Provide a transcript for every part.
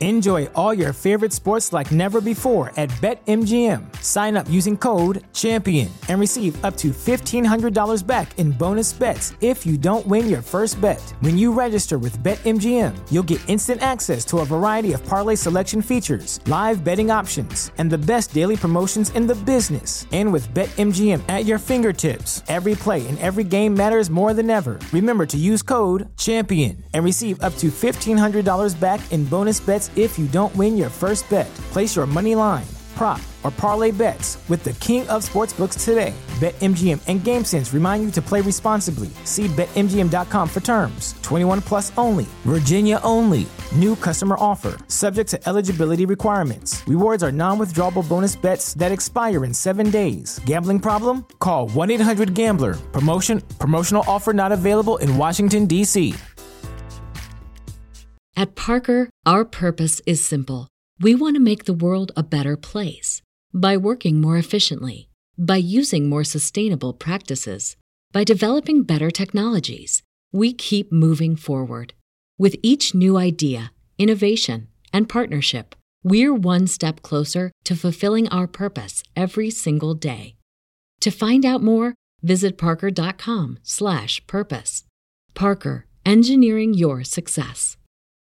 Enjoy all your favorite sports like never before at BetMGM. Sign up using code CHAMPION and receive up to $1,500 back in bonus bets if you don't win your first bet. When you register with BetMGM, you'll get instant access to a variety of parlay selection features, live betting options, and the best daily promotions in the business. And with BetMGM at your fingertips, every play and every game matters more than ever. Remember to use code CHAMPION and receive up to $1,500 back in bonus bets if you don't win your first bet. Place your money line, prop, or parlay bets with the king of sportsbooks today. BetMGM and GameSense remind you to play responsibly. See BetMGM.com for terms. 21 plus only. Virginia only. New customer offer. Subject to eligibility requirements. Rewards are non-withdrawable bonus bets that expire in 7 days. Gambling problem? Call 1-800-GAMBLER. Promotional offer not available in Washington, D.C. At Parker, our purpose is simple. We want to make the world a better place by working more efficiently, by using more sustainable practices, by developing better technologies. We keep moving forward. With each new idea, innovation, and partnership, we're one step closer to fulfilling our purpose every single day. To find out more, visit parker.com/purpose. Parker, engineering your success.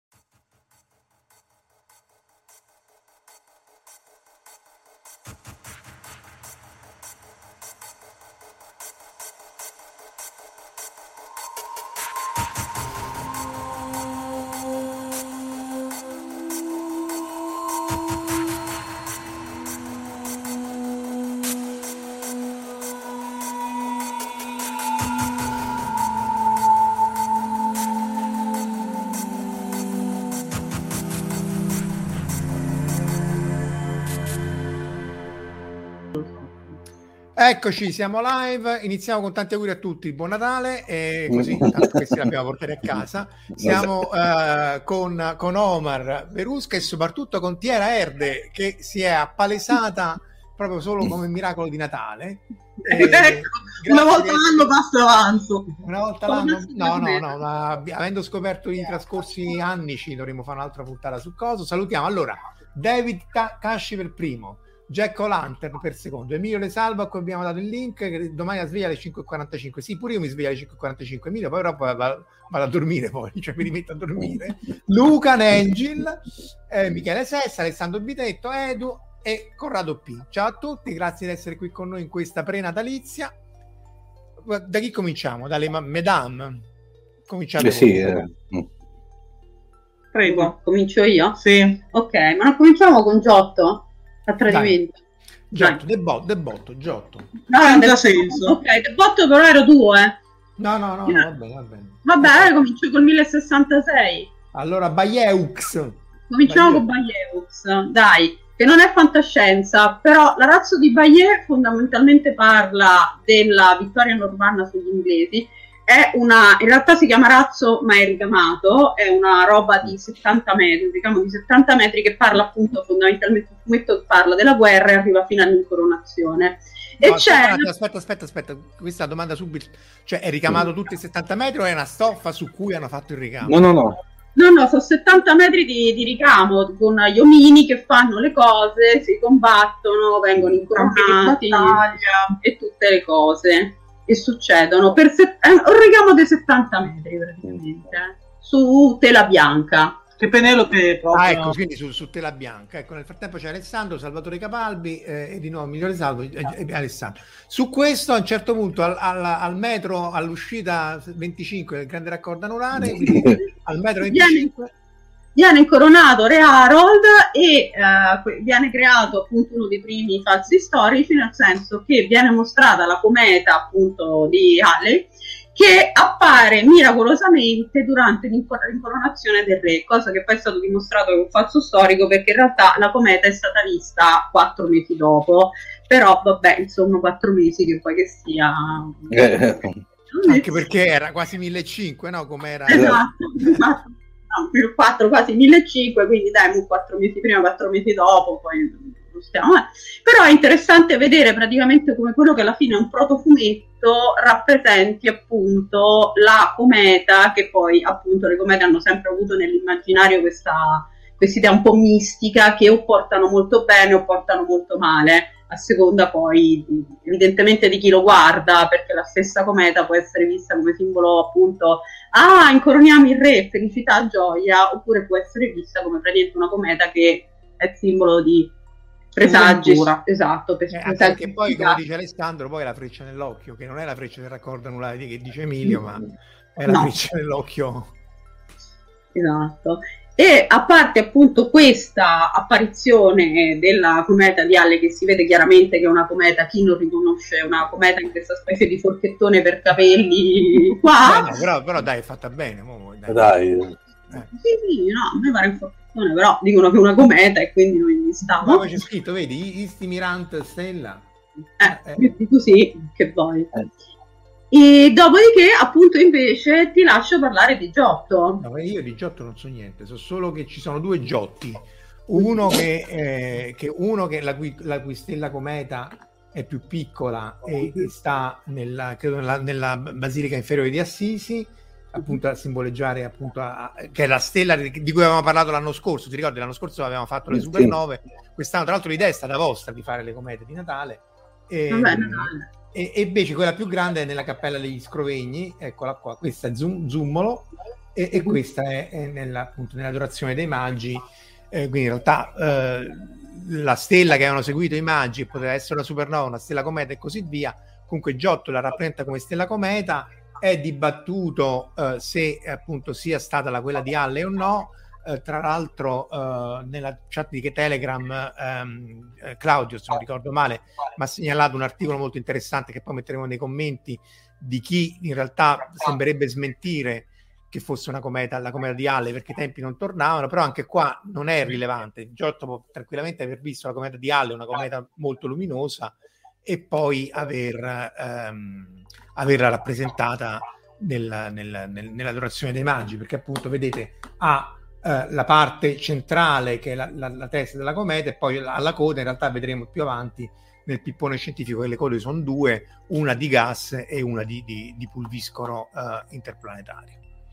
Eccoci, siamo live, iniziamo con tanti auguri a tutti, buon Natale, e così tanto questi l'abbiamo portati a casa. Siamo con Omar Verusca e soprattutto con Tiera Erde, che si è appalesata proprio solo come miracolo di Natale. Una volta l'anno passo avanzo. Una volta l'anno? No, ma avendo scoperto i trascorsi anni ci dovremo fare un'altra puntata su cosa. Salutiamo allora David Casci per primo, Jack O'Lantern per secondo, Emilio Le Salvo, a cui abbiamo dato il link, che domani la sveglia alle 5.45. Sì, pure io mi sveglio alle 5.45, Emilio, poi vado a dormire, poi cioè mi rimetto a dormire. Luca Nengil, Michele Sessa, Alessandro Bitetto, Edu e Corrado P. Ciao a tutti, grazie di essere qui con noi in questa prenatalizia. Da chi cominciamo? Dalle Madame? Cominciate. Prego, comincio io? Sì. Ok, ma non cominciamo con Giotto? A tradimento. Giotto, Debotto, Giotto. No, non ha senso. Ok, Debotto però ero tu, No, va bene. Vabbè, comincio col 1066. Allora, Bayeux. Cominciamo con Bayeux, dai, che non è fantascienza, però la razza di Bayeux fondamentalmente parla della vittoria normanna sugli inglesi. In realtà si chiama razzo, ma è ricamato, è una roba di 70 metri, un ricamo di 70 metri che parla appunto fondamentalmente, un fumetto che parla della guerra e arriva fino all'incoronazione. E aspetta, questa domanda subito, cioè è ricamato tutti i 70 metri o è una stoffa su cui hanno fatto il ricamo? No, sono 70 metri di ricamo, con gli omini che fanno le cose, si combattono, vengono incoronati e tutte le cose. E succedono un ricamo dei 70 metri praticamente su tela bianca. Che Penelope proprio. Ecco, quindi su tela bianca. Ecco, nel frattempo c'è Alessandro, Salvatore Capalbi e di nuovo Migliore Salvo e Alessandro. Su questo a un certo punto al metro, all'uscita 25 del grande raccordo anulare, al metro 25 viene incoronato Re Harold e viene creato appunto uno dei primi falsi storici, nel senso che viene mostrata la cometa appunto di Halley che appare miracolosamente durante l'incoronazione del re, cosa che poi è stato dimostrato che è un falso storico, perché in realtà la cometa è stata vista 4 mesi dopo, però vabbè, insomma 4 mesi che poi che sia... Anche perché era quasi 1.500, no? Com'era? Esatto. Più 4, quasi 1.500, quindi dai, 4 mesi prima, 4 mesi dopo, poi non stiamo. Però è interessante vedere praticamente come quello che alla fine è un protofumetto rappresenti appunto la cometa, che poi appunto le comete hanno sempre avuto nell'immaginario questa quest'idea un po' mistica che o portano molto bene o portano molto male, a seconda poi evidentemente di chi lo guarda, perché la stessa cometa può essere vista come simbolo appunto incoroniamo il re, felicità, gioia, oppure può essere vista come praticamente una cometa che è simbolo di presagi, esatto, perché poi come dice Alessandro, poi la freccia nell'occhio, che non è la freccia del raccordo anulare che dice Emilio, ma è la freccia nell'occhio, esatto. E a parte appunto questa apparizione della cometa di Halley, che si vede chiaramente che è una cometa, chi non riconosce una cometa in questa specie di forchettone per capelli qua? Però dai, è fatta bene. Dai. Sì, no, a me pare un forchettone, però dicono che è una cometa e quindi noi gli stiamo. Ma poi c'è scritto, vedi, Isti Mirant Stella. Io dico sì, che vuoi. E dopodiché appunto invece ti lascio parlare di Giotto. No, io di Giotto non so niente, so solo che ci sono due Giotti, uno che la cui stella cometa è più piccola e sta nella basilica inferiore di Assisi, appunto a simboleggiare appunto che è la stella di cui avevamo parlato l'anno scorso. Ti ricordi, l'anno scorso avevamo fatto le supernove, quest'anno tra l'altro l'idea è stata vostra di fare le comete di Natale. E invece quella più grande è nella Cappella degli Scrovegni, eccola qua, questa è Zummolo e questa è nell'adorazione dei Magi, quindi in realtà la stella che avevano seguito i Magi poteva essere una supernova, una stella cometa e così via. Comunque Giotto la rappresenta come stella cometa, è dibattuto se appunto sia stata quella di Halley o no. Tra l'altro nella chat di Telegram Claudio, se non ricordo male, mi ha segnalato un articolo molto interessante che poi metteremo nei commenti, di chi in realtà sembrerebbe smentire che fosse la cometa di Halley, perché i tempi non tornavano, però anche qua non è rilevante. Giotto può tranquillamente aver visto la cometa di Halley, una cometa molto luminosa, e poi averla rappresentata nell'adorazione dei Magi, perché appunto vedete la parte centrale che è la testa della cometa, e poi alla coda in realtà vedremo più avanti nel pippone scientifico che le code sono due, una di gas e una di pulviscolo interplanetario.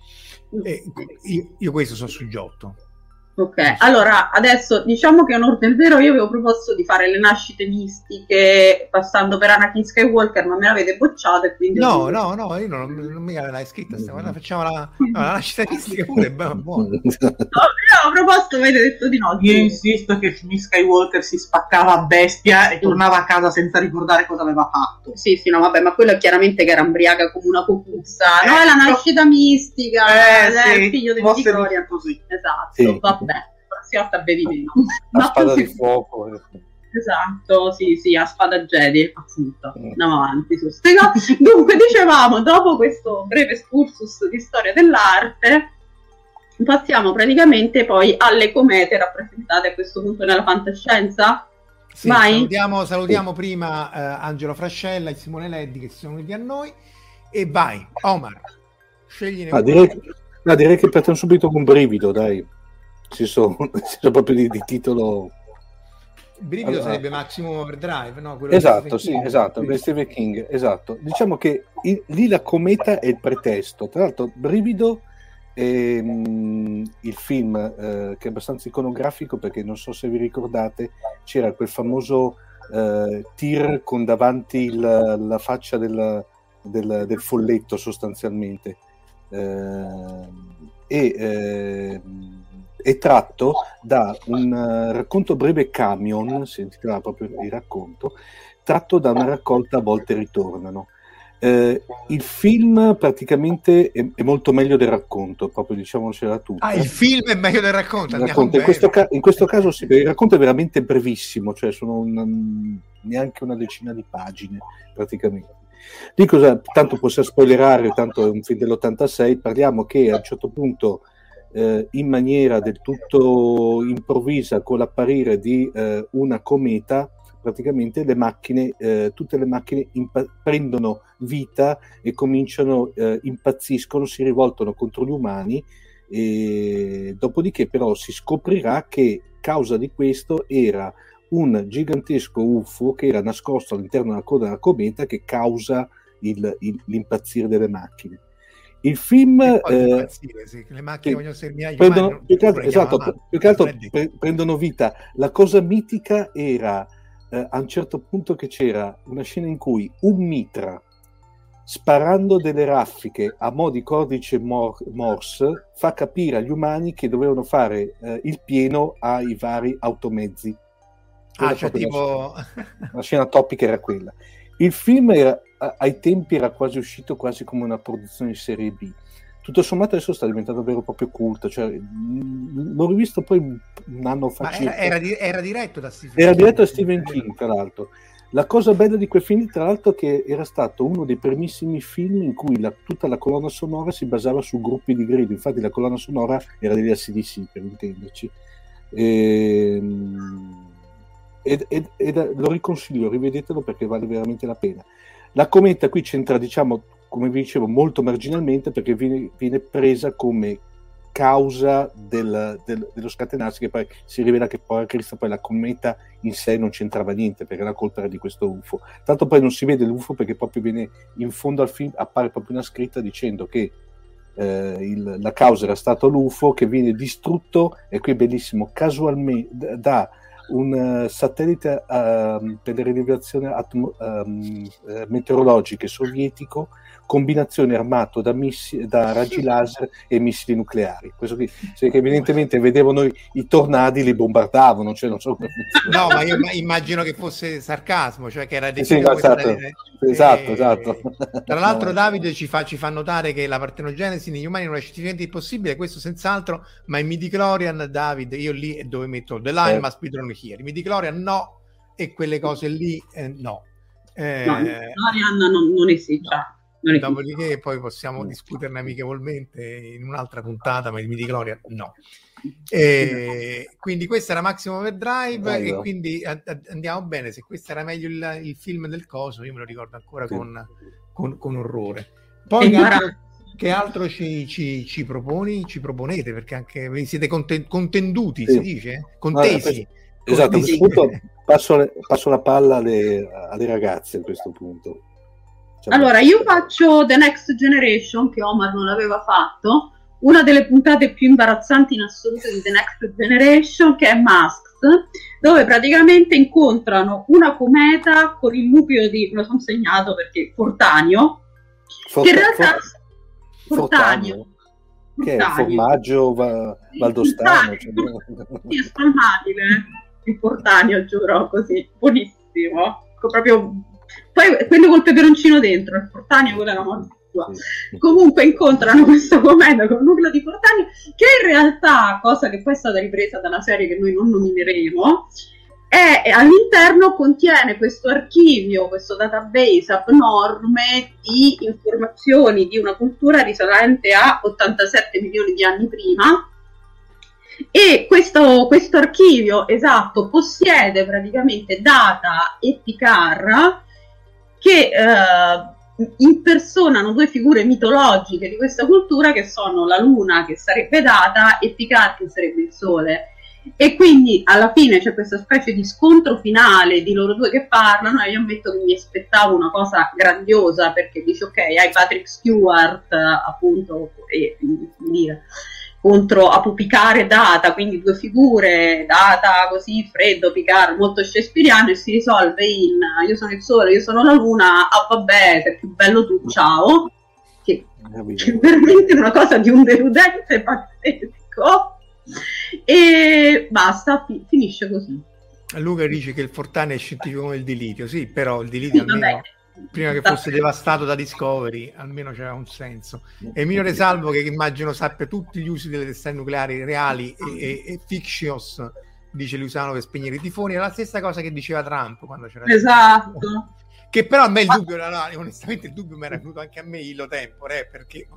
Io questo so su Giotto. Ok, allora adesso diciamo che onor del vero io avevo proposto di fare le nascite mistiche passando per Anakin Skywalker, ma me l'avete bocciato e quindi... No, io non mica l'hai scritta, facciamo la nascita mistica pure, buono. No, io ho proposto, avete detto di no. Io insisto che Skywalker si spaccava a bestia e tornava a casa senza ricordare cosa aveva fatto. Sì, no, vabbè, ma quello è chiaramente che era ambriaca come una cocuzza. No, è la nascita mistica, è il figlio di Vittoria. Così. Esatto, sì. Vabbè, la prossima volta bevi meno. La spada di fuoco. Esatto, sì, a spada Jedi, appunto. Andiamo avanti su ste cose. Dunque, dicevamo, dopo questo breve excursus di storia dell'arte, passiamo praticamente poi alle comete rappresentate a questo punto nella fantascienza. Sì, vai. Salutiamo prima Angelo Frascella e Simone Leddi che si sono uniti a noi, e vai, Omar, scegli direi che partiamo subito con Brivido, dai. Ci sono proprio di titolo. Brivido allora, sarebbe Maximum Overdrive, no? Quello esatto, sì, esatto, per Stephen King, esatto. Diciamo che lì la cometa è il pretesto. Tra l'altro Brivido è il film che è abbastanza iconografico, perché non so se vi ricordate, c'era quel famoso tir con davanti la faccia del folletto sostanzialmente, è tratto da un racconto breve Camion, si intitola proprio il racconto, tratto da una raccolta A volte ritornano. Il film praticamente è molto meglio del racconto, proprio diciamocela tutta. Il film è meglio del racconto. In questo caso sì, perché il racconto è veramente brevissimo, cioè sono neanche una decina di pagine praticamente. Di cosa tanto possiamo spoilerare, tanto è un film dell'86, parliamo che a un certo punto in maniera del tutto improvvisa, con l'apparire di una cometa, praticamente le macchine, tutte le macchine prendono vita e impazziscono, si rivoltano contro gli umani, e dopodiché però si scoprirà che causa di questo era un gigantesco UFO che era nascosto all'interno della coda della cometa, che causa l'impazzire delle macchine. Il film le macchine vogliono sterminare gli umani, più che altro prendono vita. La cosa mitica era a un certo punto che c'era una scena in cui un mitra, sparando delle raffiche a mo' di codice Morse, fa capire agli umani che dovevano fare il pieno ai vari automezzi. Cioè tipo... la scena topica era quella. Il film ai tempi era quasi uscito quasi come una produzione di serie B. Tutto sommato adesso sta diventando vero e proprio culto, cioè, l'ho rivisto poi un anno fa. Era diretto da Stephen King. Era diretto da Stephen King, tra l'altro. La cosa bella di quel film, tra l'altro, che era stato uno dei primissimi film in cui tutta la colonna sonora si basava su gruppi di grido. Infatti la colonna sonora era degli AC/DC, per intenderci. Lo riconsiglio, rivedetelo perché vale veramente la pena. La cometa qui c'entra, diciamo, come vi dicevo, molto marginalmente, perché viene presa come causa dello scatenarsi, che poi si rivela che poi la cometa in sé non c'entrava niente, perché la colpa era di questo UFO. Tanto poi non si vede l'UFO perché proprio viene in fondo al film, appare proprio una scritta dicendo che la causa era stato l'UFO che viene distrutto, e qui è bellissimo, casualmente da un satellite per le rilevazioni meteorologiche sovietico, combinazione armato da raggi laser e missili nucleari. Questo qui, che evidentemente vedevano i tornadi, li bombardavano, cioè non so come funziona. No, ma io immagino che fosse sarcasmo, cioè che era esatto. Tra l'altro Davide ci fa notare che la partenogenesi negli umani non è scientificamente impossibile, questo senz'altro, ma i midichlorian, Davide, io lì è dove metto the line must be drawn here. I midichlorian no, e quelle cose lì no. No, i midichlorian non esiste. Dopodiché poi possiamo discuterne amichevolmente in un'altra puntata, ma il midichlorian no. Quindi questa era Maximum Overdrive, e quindi andiamo bene. Se questo era meglio il film del coso, io me lo ricordo ancora con orrore. Poi che altro ci proponete, perché anche vi siete contenduti, si dice? Contesi. Esatto, a questo punto passo la palla alle ragazze a questo punto. Allora, io faccio The Next Generation, che Omar non aveva fatto, una delle puntate più imbarazzanti in assoluto di The Next Generation, che è Masks, dove praticamente incontrano una cometa con il nucleo di, lo sono segnato perché, Fortanio, che in realtà... Fortanio. Che è formaggio valdostano. Sì, è spalmabile, il Fortanio, giuro, così, buonissimo, proprio... Poi quello col peperoncino dentro, il Fortanio, quella è la morte sua. Comunque incontrano questo cometa con il nucleo di Fortanio, che in realtà, cosa che poi è stata ripresa da una serie che noi non nomineremo, all'interno contiene questo archivio, questo database abnorme di informazioni di una cultura risalente a 87 milioni di anni prima. E questo archivio, esatto, possiede praticamente Data e Picard, che impersonano due figure mitologiche di questa cultura, che sono la Luna, che sarebbe Data, e Picard, che sarebbe il Sole. E quindi alla fine c'è questa specie di scontro finale di loro due che parlano, e io ammetto che mi aspettavo una cosa grandiosa, perché dici ok, hai Patrick Stewart appunto, e dire contro Picard e Data, quindi due figure, Data così freddo, Picard molto shakespeariano, e si risolve in io sono il Sole, io sono la Luna, vabbè, sei più bello tu, ciao, che è veramente una cosa di un deludente pazzesco, e basta, finisce così. Luca dice che il Fortanio è scientifico come il dilitio, sì, però il dilitio almeno... prima che fosse devastato da Discovery, almeno c'era un senso. Emilio De Salvo, che immagino sappia tutti gli usi delle testate nucleari reali e fictious, dice li usavano per spegnere i tifoni, è la stessa cosa che diceva Trump quando c'era, esatto, che però a me il dubbio era, onestamente il dubbio mi era venuto anche a me illo tempore, perché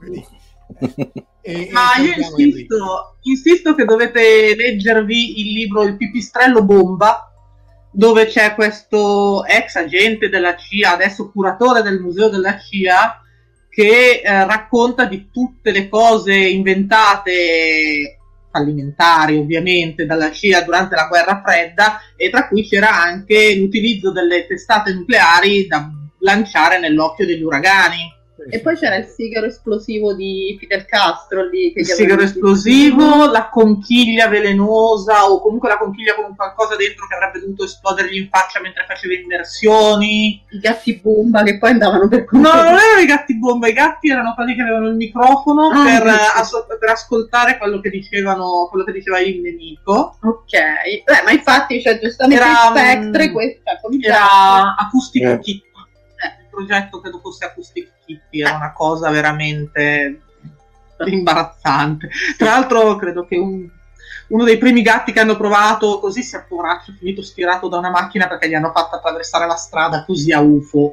io insisto che dovete leggervi il libro Il pipistrello bomba, dove c'è questo ex agente della CIA, adesso curatore del museo della CIA, che racconta di tutte le cose inventate, fallimentari ovviamente, dalla CIA durante la guerra fredda, e tra cui c'era anche l'utilizzo delle testate nucleari da lanciare nell'occhio degli uragani. E poi c'era il sigaro esplosivo di Fidel Castro lì, che il sigaro esplosivo, la conchiglia velenosa, o comunque la conchiglia con qualcosa dentro che avrebbe dovuto esplodergli in faccia mentre faceva immersioni, i gatti bomba che poi andavano per no, non erano i gatti bomba, i gatti erano quelli che avevano il microfono per ascoltare quello che diceva il nemico. Ok, ma infatti c'è giustamente Spectre, era Acoustic Kitty. Progetto credo fosse Acoustic Kitty, era una cosa veramente imbarazzante. Tra l'altro credo che uno dei primi gatti che hanno provato così sia poveraccio finito stirato da una macchina perché gli hanno fatto attraversare la strada così a UFO.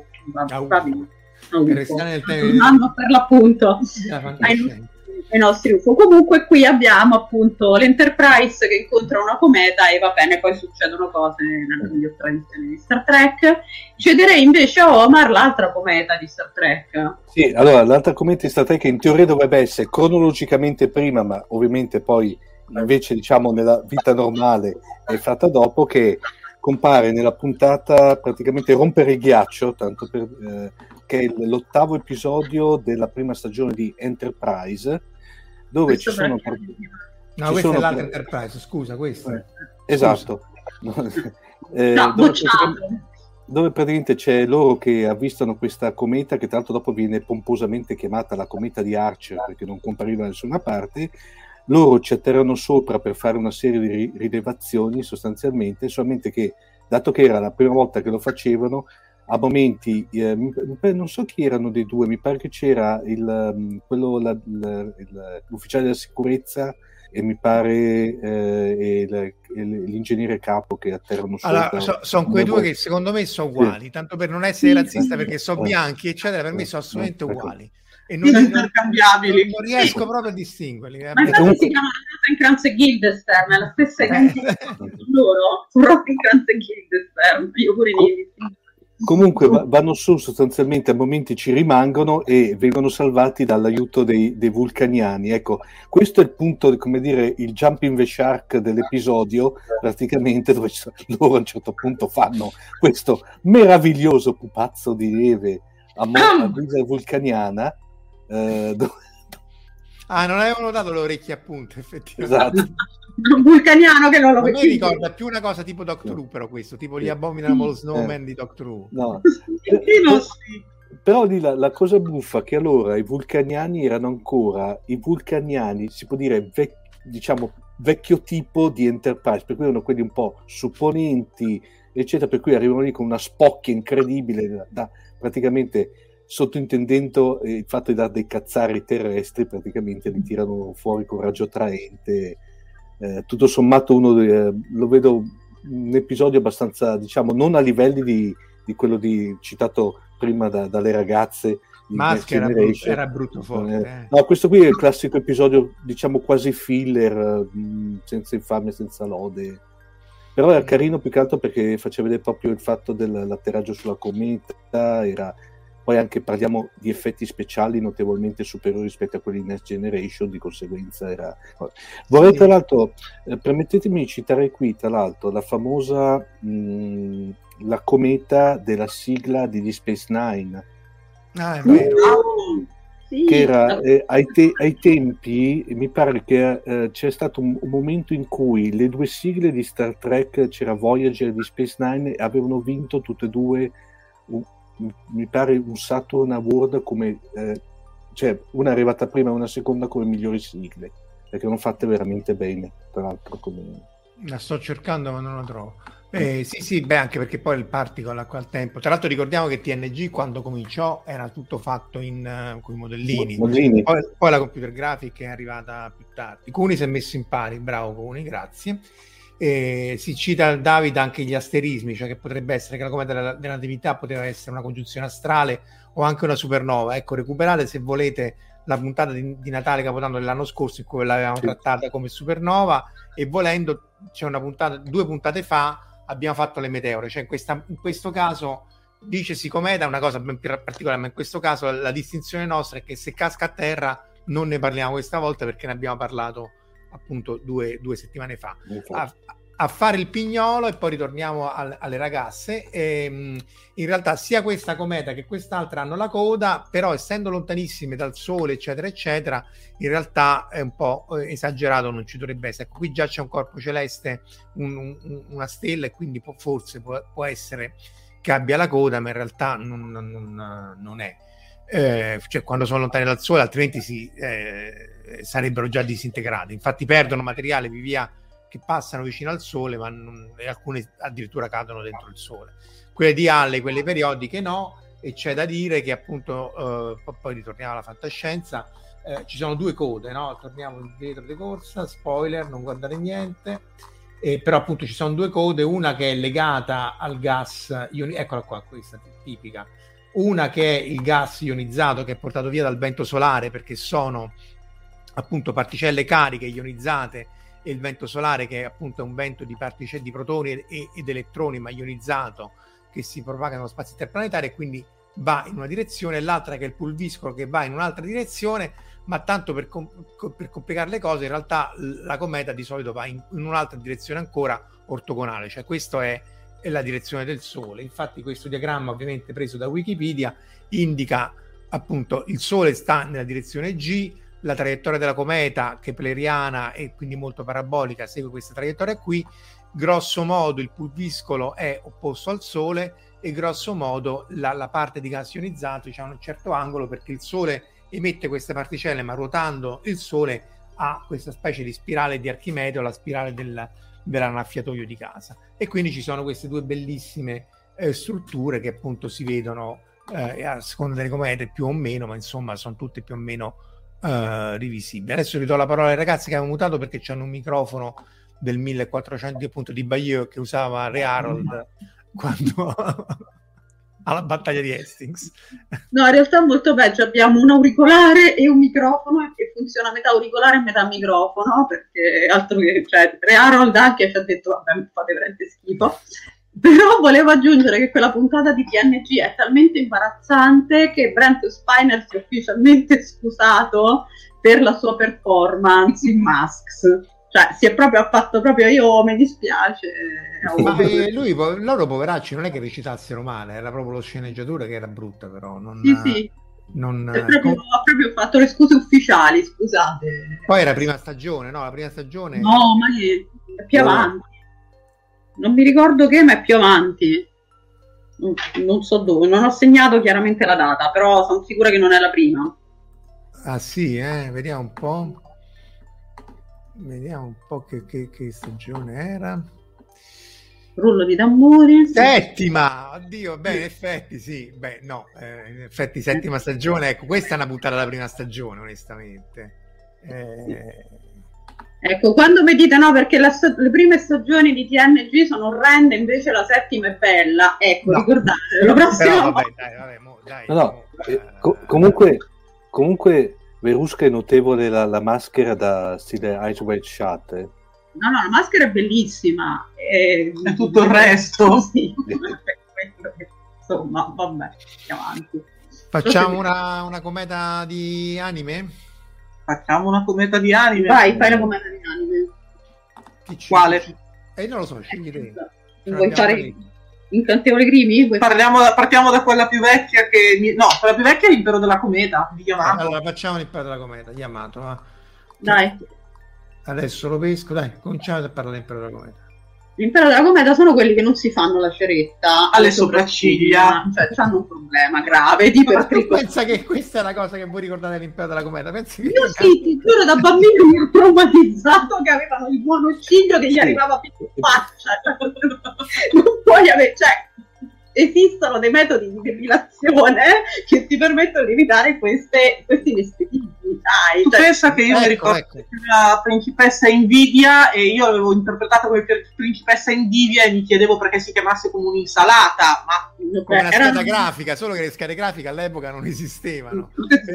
Andando per l'appunto ai nostri UFO. Comunque qui abbiamo appunto l'Enterprise che incontra una cometa e va bene, poi succedono cose nella miglior tradizione di Star Trek. Cederei invece a Omar l'altra cometa di Star Trek. Sì, allora l'altra cometa di Star Trek in teoria dovrebbe essere cronologicamente prima, ma ovviamente poi invece diciamo nella vita normale è fatta dopo, che compare nella puntata praticamente Rompere il ghiaccio, tanto per che è l'8º episodio della prima stagione di Enterprise, dove questo ci sono questa è l'altra Enterprise, scusa, questa esatto. Dove praticamente c'è loro che avvistano questa cometa, che tra l'altro dopo viene pomposamente chiamata la cometa di Archer perché non compariva da nessuna parte. Loro ci atterrano sopra per fare una serie di rilevazioni sostanzialmente, solamente che dato che era la prima volta che lo facevano, a momenti non so chi erano dei due, mi pare che c'era l'ufficiale della sicurezza e mi pare l'ingegnere capo che atterrano sopra. Allora, sono quei due che secondo me sono uguali, tanto per non essere razzista, perché sono bianchi eccetera, per me sono assolutamente uguali e non intercambiabili. Non riesco proprio a distinguerli. Ma infatti si chiama Rosencrantz e Guildenstern, è la stessa identica loro, Rosencrantz e Guildenstern, io pure Comunque vanno su sostanzialmente, a momenti ci rimangono e vengono salvati dall'aiuto dei vulcaniani. Ecco, questo è il punto, come dire, il jumping the shark dell'episodio, praticamente, dove loro a un certo punto fanno questo meraviglioso pupazzo di neve a guisa vulcaniana. Non avevano dato le orecchie a punta, effettivamente. Esatto. Un vulcaniano che non lo mi ricorda più una cosa tipo Doctor Who, però questo tipo gli Abominable Snowmen di Doctor Who. No. Però lì la cosa buffa che allora i vulcaniani erano ancora i vulcaniani, si può dire diciamo vecchio tipo di Enterprise, per cui erano quelli un po' supponenti eccetera, per cui arrivano lì con una spocchia incredibile da praticamente sottintendendo il fatto di dar dei cazzari terrestri, praticamente li tirano fuori con raggio traente. Tutto sommato lo vedo un episodio abbastanza, diciamo, non a livelli di quello citato prima dalle ragazze di Maschera era brutto forte. No, questo qui è il classico episodio, diciamo, quasi filler, senza infamia, senza lode, però era carino più che altro perché faceva vedere proprio il fatto dell'atterraggio sulla cometa. Poi anche parliamo di effetti speciali notevolmente superiori rispetto a quelli di Next Generation, di conseguenza era... Vorrei tra l'altro, permettetemi di citare qui tra l'altro la famosa la cometa della sigla di Deep Space Nine. È vero. Che era ai tempi, mi pare che c'è stato un momento in cui le due sigle di Star Trek, c'era Voyager e Deep Space Nine, avevano vinto tutte e due mi pare un Saturn Award come cioè una è arrivata prima e una seconda come migliori sigle, perché erano fatte veramente bene, tra l'altro. La sto cercando ma non la trovo. Sì, anche perché poi il particle a quel tempo, tra l'altro ricordiamo che TNG quando cominciò era tutto fatto con i modellini. Poi la computer graphic è arrivata più tardi. Cuni si è messo in pari, bravo Cuni, grazie. Si cita David anche gli asterismi, cioè che potrebbe essere che la cometa della natività poteva essere una congiunzione astrale o anche una supernova. Ecco, recuperate se volete la puntata di Natale Capodanno dell'anno scorso in cui l'avevamo trattata come supernova, e volendo c'è una puntata, 2 puntate fa abbiamo fatto le meteore, cioè in questo caso dicesi cometa è una cosa ben particolare, ma in questo caso la distinzione nostra è che se casca a terra non ne parliamo questa volta perché ne abbiamo parlato appunto due settimane fa. a fare il pignolo, e poi ritorniamo alle ragazze. In realtà sia questa cometa che quest'altra hanno la coda, però essendo lontanissime dal Sole, eccetera, eccetera, in realtà è un po' esagerato, non ci dovrebbe essere. Ecco, qui già c'è un corpo celeste, una stella, e quindi forse può essere che abbia la coda, ma in realtà non è. Cioè, quando sono lontane dal Sole, altrimenti sarebbero già disintegrate. Infatti perdono materiale via che passano vicino al Sole, ma e alcune addirittura cadono dentro il Sole. Quelle di Halley, quelle periodiche no, e c'è da dire che appunto poi ritorniamo alla fantascienza, ci sono due code, no? Torniamo in vetro di corsa, spoiler, non guardare niente, però appunto ci sono due code, una che è legata al gas eccola qua, questa tipica, una che è il gas ionizzato che è portato via dal vento solare, perché sono appunto particelle cariche ionizzate, e il vento solare che appunto è un vento di particelle di protoni ed elettroni ma ionizzato, che si propaga nello spazio interplanetario, e quindi va in una direzione, e l'altra che è il pulviscolo che va in un'altra direzione, ma tanto per complicare le cose, in realtà la cometa di solito va in un'altra direzione ancora ortogonale, cioè questa è la direzione del Sole. Infatti questo diagramma, ovviamente preso da Wikipedia, indica appunto il Sole sta nella direzione G, la traiettoria della cometa kepleriana e quindi molto parabolica segue questa traiettoria qui, grosso modo il pulviscolo è opposto al Sole, e grosso modo la parte di gas ionizzato c'è un certo angolo, perché il Sole emette queste particelle, ma ruotando il Sole ha questa specie di spirale di Archimede, o la spirale dell'annaffiatoio di casa, e quindi ci sono queste due bellissime strutture che appunto si vedono a seconda delle comete più o meno, ma insomma sono tutte più o meno rivisibili. Adesso ridò la parola ai ragazzi che hanno mutato perché c'hanno un microfono del 1400 appunto di Bayeux che usava Re Harold quando alla battaglia di Hastings. No, in realtà è molto peggio, abbiamo un auricolare e un microfono che funziona metà auricolare e metà microfono, perché altro che, cioè, Re Harold anche ci ha detto vabbè, fate veramente schifo. Però volevo aggiungere che quella puntata di TNG è talmente imbarazzante che Brent Spiner si è ufficialmente scusato per la sua performance in Masks. Cioè, si è proprio fatto proprio, io mi dispiace. Ma loro poveracci non è che recitassero male, era proprio lo sceneggiatura che era brutta, però non... Sì. Ha proprio fatto le scuse ufficiali, scusate. Poi era prima stagione, no? La prima stagione... No, ma è più avanti. Non mi ricordo che, ma è più avanti. Non so dove, non ho segnato chiaramente la data, però sono sicura che non è la prima. Ah sì, vediamo un po'. Vediamo un po' che stagione era. Rullo di tamburi. Settima! Oddio, beh, in effetti sì. Beh, no, in effetti settima stagione. Ecco, questa è una puntata della prima stagione, onestamente. Ecco, quando mi dite no, perché le prime stagioni di TNG sono orrende, invece la settima è bella. Ecco, no. Ricordate, la prossima... Però, vabbè, dai. Comunque Verusca è notevole la maschera da stile Eyes Wide Shut. No, la maschera è bellissima. È tutto il resto. Sì. Insomma, vabbè, andiamo avanti. Facciamo una cometa di anime? Facciamo una cometa di anime. Vai, fai la cometa di anime. Quale? Non lo so, scegli te. Vuoi fare Incantevoli Crimi? Partiamo da quella più vecchia che... No, quella più vecchia è l'Impero della Cometa di Yamato. Allora facciamo l'Impero della Cometa di Yamato, va. Dai. Adesso lo pesco, dai, cominciamo a parlare dell'Impero della Cometa. L'Impero della Cometa sono quelli che non si fanno la ceretta alle sopracciglia, cioè hanno un problema grave di pensa che questa è la cosa che voi ricordate dell'Impero della Cometa? Pensi che io sì, ti giuro, da bambino mi ho traumatizzato che avevano il monociglio che gli arrivava più in faccia, non puoi avere, cioè esistono dei metodi di depilazione che ti permettono di evitare questi vestiti. Tu pensa che io mi ricordo la principessa Invidia e io l'avevo interpretata come principessa Invidia e mi chiedevo perché si chiamasse come un'insalata, ma come una scheda grafica, solo che le schede grafiche all'epoca non esistevano.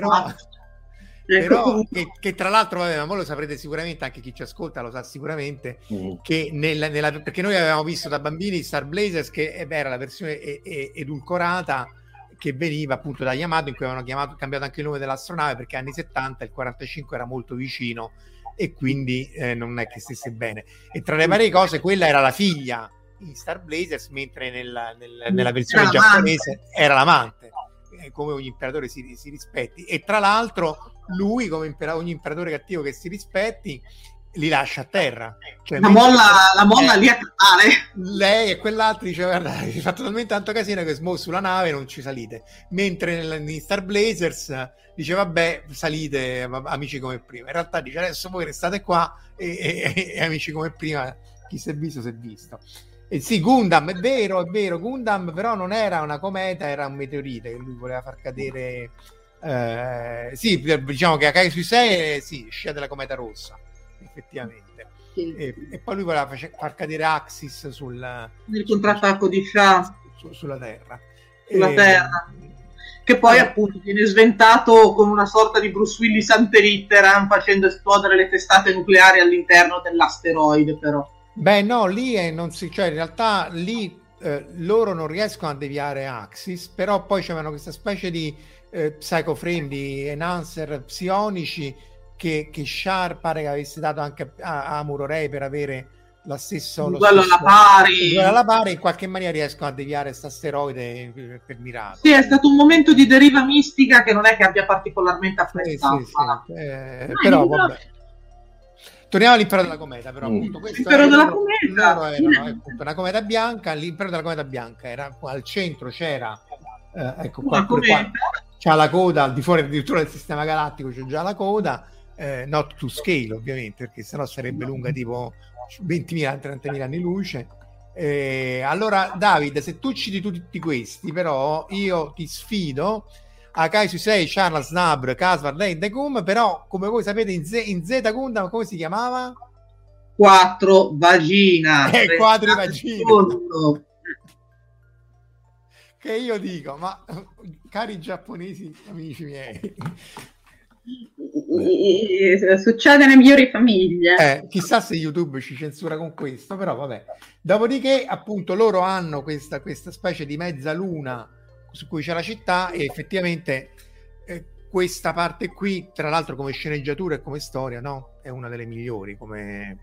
Però che tra l'altro, vabbè, ma voi lo saprete sicuramente, anche chi ci ascolta lo sa sicuramente, che perché noi avevamo visto da bambini Star Blazers, che era la versione edulcorata che veniva appunto da Yamato, in cui avevano cambiato anche il nome dell'astronave, perché anni 70, il 45 era molto vicino e quindi non è che stesse bene. E tra le varie cose, quella era la figlia in Star Blazers, mentre nella versione giapponese era l'amante, come ogni imperatore si rispetti. E tra l'altro lui, come ogni imperatore cattivo che si rispetti, li lascia a terra, cioè, la molla lì a trovare. Lei e quell'altro dice: guarda, hai fatto talmente tanto casino che sulla nave non ci salite, mentre in Star Blazers dice: vabbè, salite amici come prima. In realtà dice: adesso voi restate qua e amici come prima, chi si è visto si è visto. E sì, Gundam, è vero, Gundam però non era una cometa, era un meteorite che lui voleva far cadere. Sì, diciamo che Akai sui 6 sì, scia della cometa rossa, effettivamente. Sì. E poi lui voleva far cadere Axis nel contrattacco di Shah sulla Terra. Terra. Che poi appunto viene sventato con una sorta di Bruce Willis ante litteram, facendo esplodere le testate nucleari all'interno dell'asteroide, però. Beh, no, lì cioè in realtà lì loro non riescono a deviare Axis, però poi c'erano questa specie di psycho frame, di enhancer psionici che Char pare che avesse dato anche a Murorei per avere lo stesso alla pari, in qualche maniera riescono a deviare questo asteroide per miracolo. Sì, è stato un momento di deriva mistica che non è che abbia particolarmente apprezzato. Sì. Però vabbè. Torniamo all'impero della cometa, però appunto l'impero della cometa era appunto una cometa bianca. L'impero della cometa bianca era al centro, c'era ecco qua, c'ha la coda al di fuori addirittura del sistema galattico, c'è già la coda, not to scale ovviamente, perché sennò sarebbe lunga tipo 20.000-30.000 anni luce. Allora David, se tu citi tutti questi, però io ti sfido Akai sui 6, Charles Nabr, Kasvar, Lane, Degum, però come voi sapete in Z Gundam come si chiamava? 4 vagina. 4 vagina. Che io dico, ma cari giapponesi, amici miei, succede nelle migliori famiglie. Chissà se YouTube ci censura con questo, però vabbè. Dopodiché appunto loro hanno questa specie di mezzaluna su cui c'è la città, e effettivamente questa parte qui, tra l'altro come sceneggiatura e come storia, no? È una delle migliori come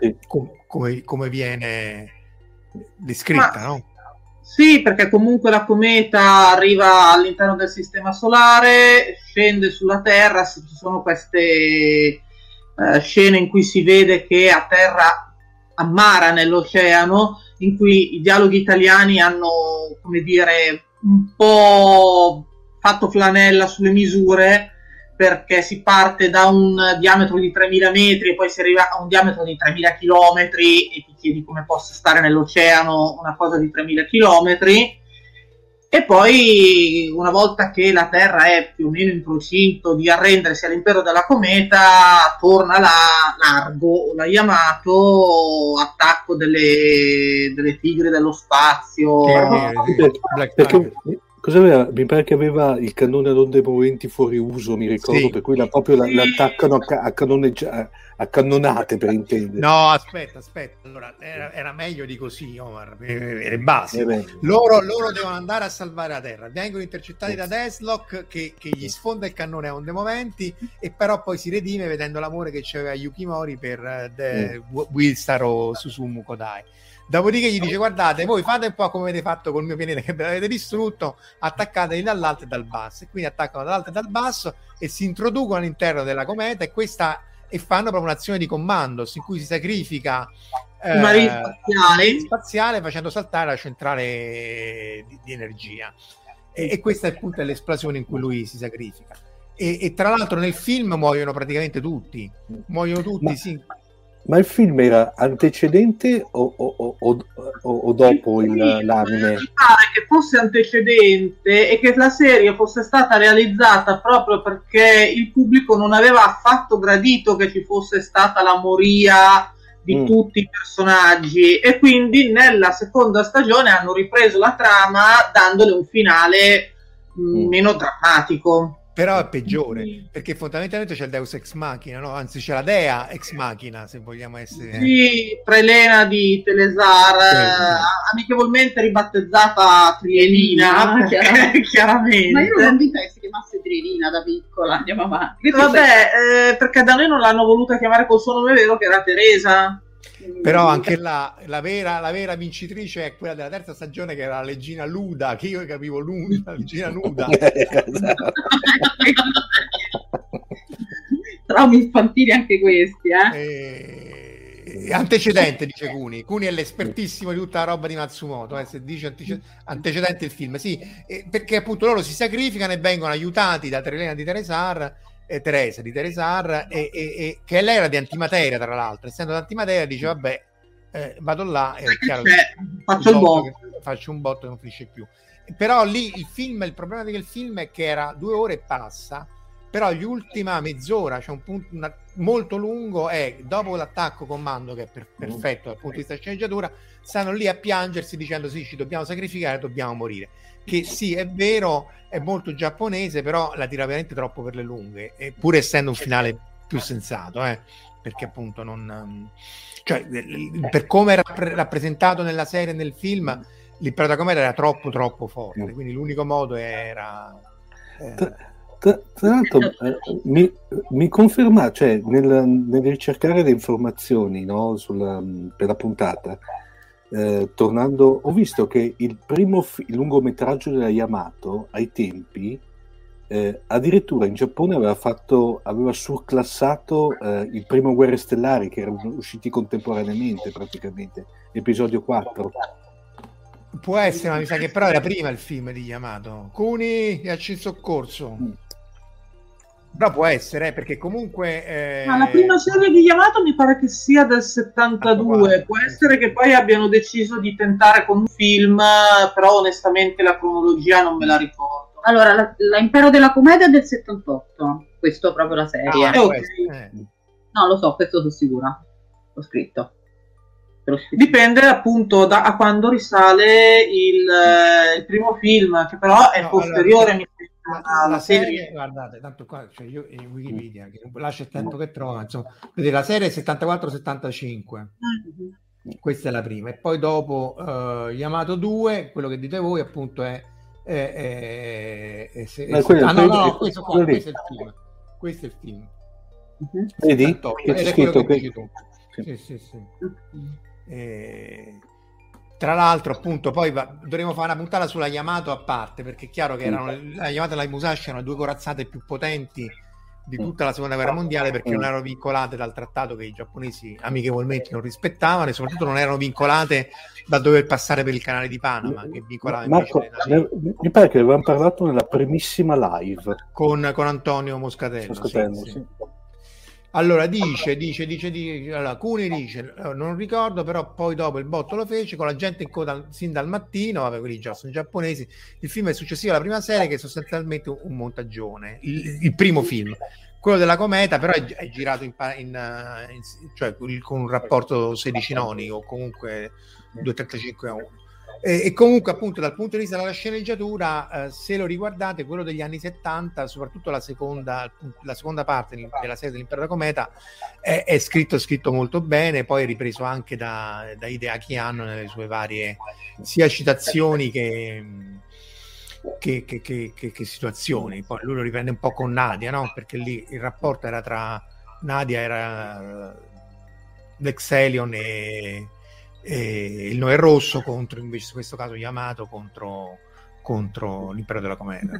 viene descritta, no? Sì, perché comunque la cometa arriva all'interno del sistema solare, scende sulla Terra, ci sono queste scene in cui si vede che a terra ammara nell'oceano, in cui i dialoghi italiani hanno, come dire, un po' fatto flanella sulle misure, perché si parte da un diametro di 3.000 metri e poi si arriva a un diametro di 3.000 chilometri e ti chiedi come possa stare nell'oceano una cosa di 3.000 chilometri. E poi una volta che la Terra è più o meno in procinto di arrendersi all'impero della cometa, torna la Largo o la Yamato, attacco delle tigri dello spazio. Perché cos'aveva? Mi pare che aveva il cannone ad onde moventi fuori uso, mi ricordo, sì. Per cui l'attaccano a cannonate, per intendere. No, aspetta, allora era meglio di così, Omar, era base. Loro devono andare a salvare la Terra, vengono intercettati da Deathlock che gli sfonda il cannone a onde moventi, e però poi si redime vedendo l'amore che c'aveva Yukimori per Willstar o Susumu Kodai. Dopodiché gli dice: guardate, voi fate un po' come avete fatto col mio pianeta che avete distrutto, attaccateli dall'alto e dal basso. E quindi attaccano dall'alto e dal basso e si introducono all'interno della cometa e fanno proprio un'azione di comando in cui si sacrifica spaziale facendo saltare la centrale di energia. E questa è appunto l'esplosione in cui lui si sacrifica. E tra l'altro nel film muoiono praticamente tutti. Sì. Ma il film era antecedente o dopo l'anime? Mi pare che fosse antecedente e che la serie fosse stata realizzata proprio perché il pubblico non aveva affatto gradito che ci fosse stata la moria di tutti i personaggi, e quindi nella seconda stagione hanno ripreso la trama dandole un finale meno drammatico. però è peggiore, perché fondamentalmente c'è il Deus Ex Machina, no? Anzi c'è la Dea Ex Machina, se vogliamo essere... Sì, Prelena di Telesar, amichevolmente ribattezzata Trielina, chiaramente. Ma io non convinta che si chiamasse Trielina da piccola, andiamo avanti. Vabbè, perché da noi non l'hanno voluta chiamare col suo nome vero, che era Teresa. Però anche là la vera vincitrice è quella della terza stagione, che era la Regina Luda, che io capivo nuda, la Regina Nuda. Traumi infantili anche questi, Antecedente, dice Cuni. Cuni è l'espertissimo di tutta la roba di Matsumoto, se dice antecedente il film, sì, perché appunto loro si sacrificano e vengono aiutati da Teresa di Telesar, e che lei era di antimateria, tra l'altro, essendo di antimateria dice vabbè, vado là e è chiaro che faccio un botto che non finisce più. Però lì il problema del film è che era 2 ore e passa, però l'ultima mezz'ora c'è un punto molto lungo, e dopo l'attacco comando, che è perfetto dal punto di vista sceneggiatura, stanno lì a piangersi dicendo sì, ci dobbiamo sacrificare, dobbiamo morire, che sì, è vero, è molto giapponese, però la tira veramente troppo per le lunghe, pur essendo un finale più sensato, perché appunto cioè, per come era rappresentato nella serie e nel film, l'Impero della Cometa era troppo forte, quindi l'unico modo era... Tra l'altro mi conferma, cioè nel ricercare le informazioni, no, per la puntata, tornando, ho visto che il lungometraggio della Yamato ai tempi addirittura in Giappone aveva surclassato il primo Guerre Stellari, che erano usciti contemporaneamente, praticamente episodio 4. Può essere, ma mi sa che però era prima il film di Yamato. Cuni e in soccorso. Però può essere, perché comunque la prima serie di Yamato mi pare che sia del 72. Può essere che poi abbiano deciso di tentare con un film, però onestamente la cronologia non me la ricordo. Allora, l'Impero della Commedia è del 78, questo è proprio la serie. No, lo so, questo sono sicura, l'ho scritto. Dipende appunto da quando risale il primo film, che però è posteriore. Allora, la serie, guardate, tanto qua cioè io in Wikipedia, che non lascia il tempo che trova, insomma, vedete, la serie è 74-75, questa è la prima, e poi dopo Yamato 2, quello che dite voi appunto questo è il film, questo è il film. Vedi? È quello che dici tu. Sì. Tra l'altro appunto poi dovremo fare una puntata sulla Yamato a parte, perché è chiaro che la Yamato e la Musashi erano 2 corazzate più potenti di tutta la seconda guerra mondiale, perché non erano vincolate dal trattato che i giapponesi amichevolmente non rispettavano, e soprattutto non erano vincolate da dover passare per il canale di Panama, che vincolava Marco, mi pare che avevamo parlato nella primissima live con Antonio Moscatello. Sì. Allora dice allora, Cuni dice non ricordo, però poi dopo il botto lo fece con la gente in coda sin dal mattino, vabbè, quelli già sono giapponesi. Il film è successivo alla prima serie, che è sostanzialmente un montagione, il primo film. Quello della Cometa però è girato cioè con un rapporto 16 noni, o comunque 2,35:1. E comunque appunto dal punto di vista della sceneggiatura, se lo riguardate, quello degli anni 70, soprattutto la seconda parte della serie dell'Impero della Cometa, è scritto molto bene, poi è ripreso anche da Hideaki Anno nelle sue varie sia citazioni che situazioni. Poi lui lo riprende un po' con Nadia, no? Perché lì il rapporto era tra Nadia, era Vexelion e il Noè Rosso contro, invece in questo caso Yamato contro l'Impero della Cometa.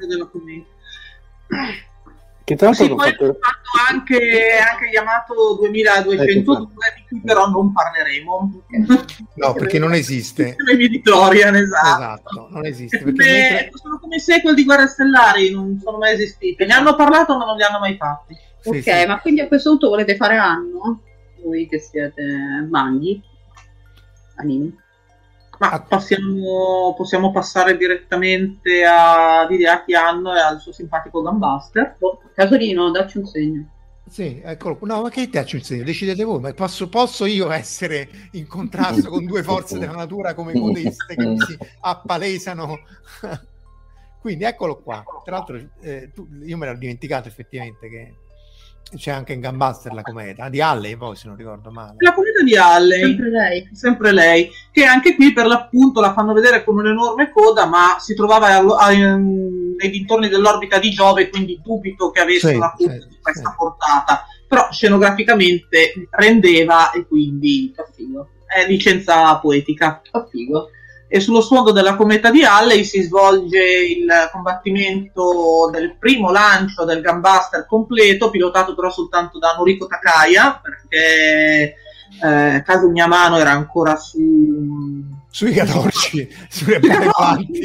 Che tra l'altro poi fatto anche Yamato 2202, di cui però non parleremo. No, perché non esiste. Editoria, esatto, non esiste. Perché sono come i sequel di Guerre Stellari, non sono mai esistiti. Ne hanno parlato ma non li hanno mai fatti. Sì. Ma quindi a questo punto volete fare anno? Voi che siete manghi? Anime. Ma possiamo passare direttamente a Hideaki Anno e al suo simpatico Gunbuster. Casolino, dacci un segno. Sì, eccolo. No, ma che ti dacci un segno? Decidete voi, ma posso io essere in contrasto con 2 forze della natura come codeste che si appalesano Quindi eccolo qua. Tra l'altro io me l'ho dimenticato effettivamente che c'è anche in Gunbuster la cometa di Halley, poi se non ricordo male. La cometa di Halley, sempre lei, che anche qui per l'appunto la fanno vedere con un'enorme coda, ma si trovava nei dintorni dell'orbita di Giove, quindi dubito che avesse una coda di questa portata, però scenograficamente rendeva, e quindi fa figo. È licenza poetica, fa figo. E sullo sfondo della cometa di Halley si svolge il combattimento del primo lancio del Gunbuster completo, pilotato però soltanto da Noriko Takaya, perché Kazu Miyamano era ancora sui catorci, sulle parti.